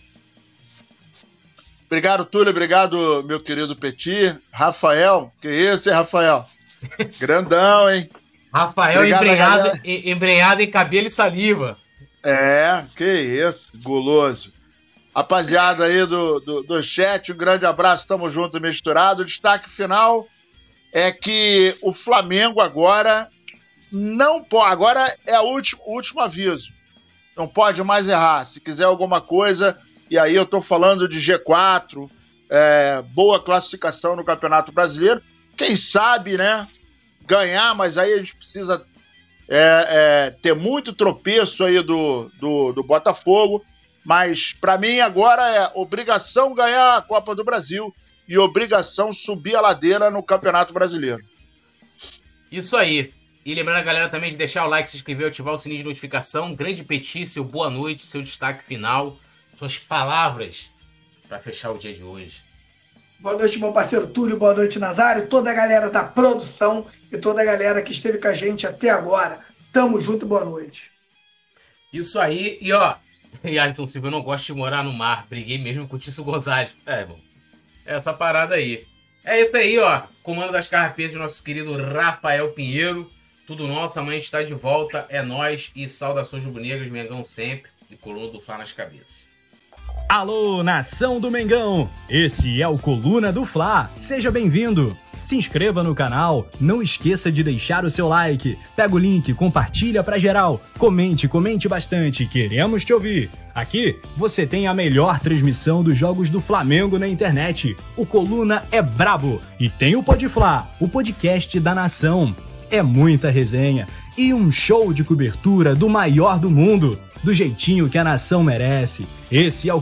Obrigado, Túlio. Obrigado, meu querido Petit. Rafael, que isso, hein, Rafael? Grandão, hein? Rafael embrenhado em cabelo e saliva. Que isso, guloso. Rapaziada aí do chat, um grande abraço, tamo junto e misturado. O destaque final é que o Flamengo agora não pode, agora é o último aviso, não pode mais errar, se quiser alguma coisa, e aí eu tô falando de G4, boa classificação no Campeonato Brasileiro, quem sabe, né, ganhar, mas aí a gente precisa ter muito tropeço aí do Botafogo, mas para mim agora é obrigação ganhar a Copa do Brasil e obrigação subir a ladeira no Campeonato Brasileiro. Isso aí. E lembrando a galera também de deixar o like, se inscrever, ativar o sininho de notificação. Grande Petit, seu boa noite, seu destaque final, suas palavras para fechar o dia de hoje. Boa noite, meu parceiro Túlio, boa noite, Nazário, toda a galera da produção e toda a galera que esteve com a gente até agora. Tamo junto, boa noite. Isso aí, e ó, e Alisson Silva, eu não gosto de morar no mar, briguei mesmo com o Tício Gonzalez. Irmão, essa parada aí. É isso aí, ó, comando das carrapetas do nosso querido Rafael Pinheiro, tudo nosso, amanhã a gente tá de volta, é nóis, e saudações rubro-negras, Mengão sempre, e coluna do Fla nas cabeças. Alô, nação do Mengão, esse é o Coluna do Fla, seja bem-vindo. Se inscreva no canal, não esqueça de deixar o seu like, pega o link, compartilha pra geral, comente bastante, queremos te ouvir. Aqui você tem a melhor transmissão dos jogos do Flamengo na internet. O Coluna é brabo e tem o Podfla, o podcast da nação. É muita resenha e um show de cobertura do maior do mundo, do jeitinho que a nação merece. Esse é o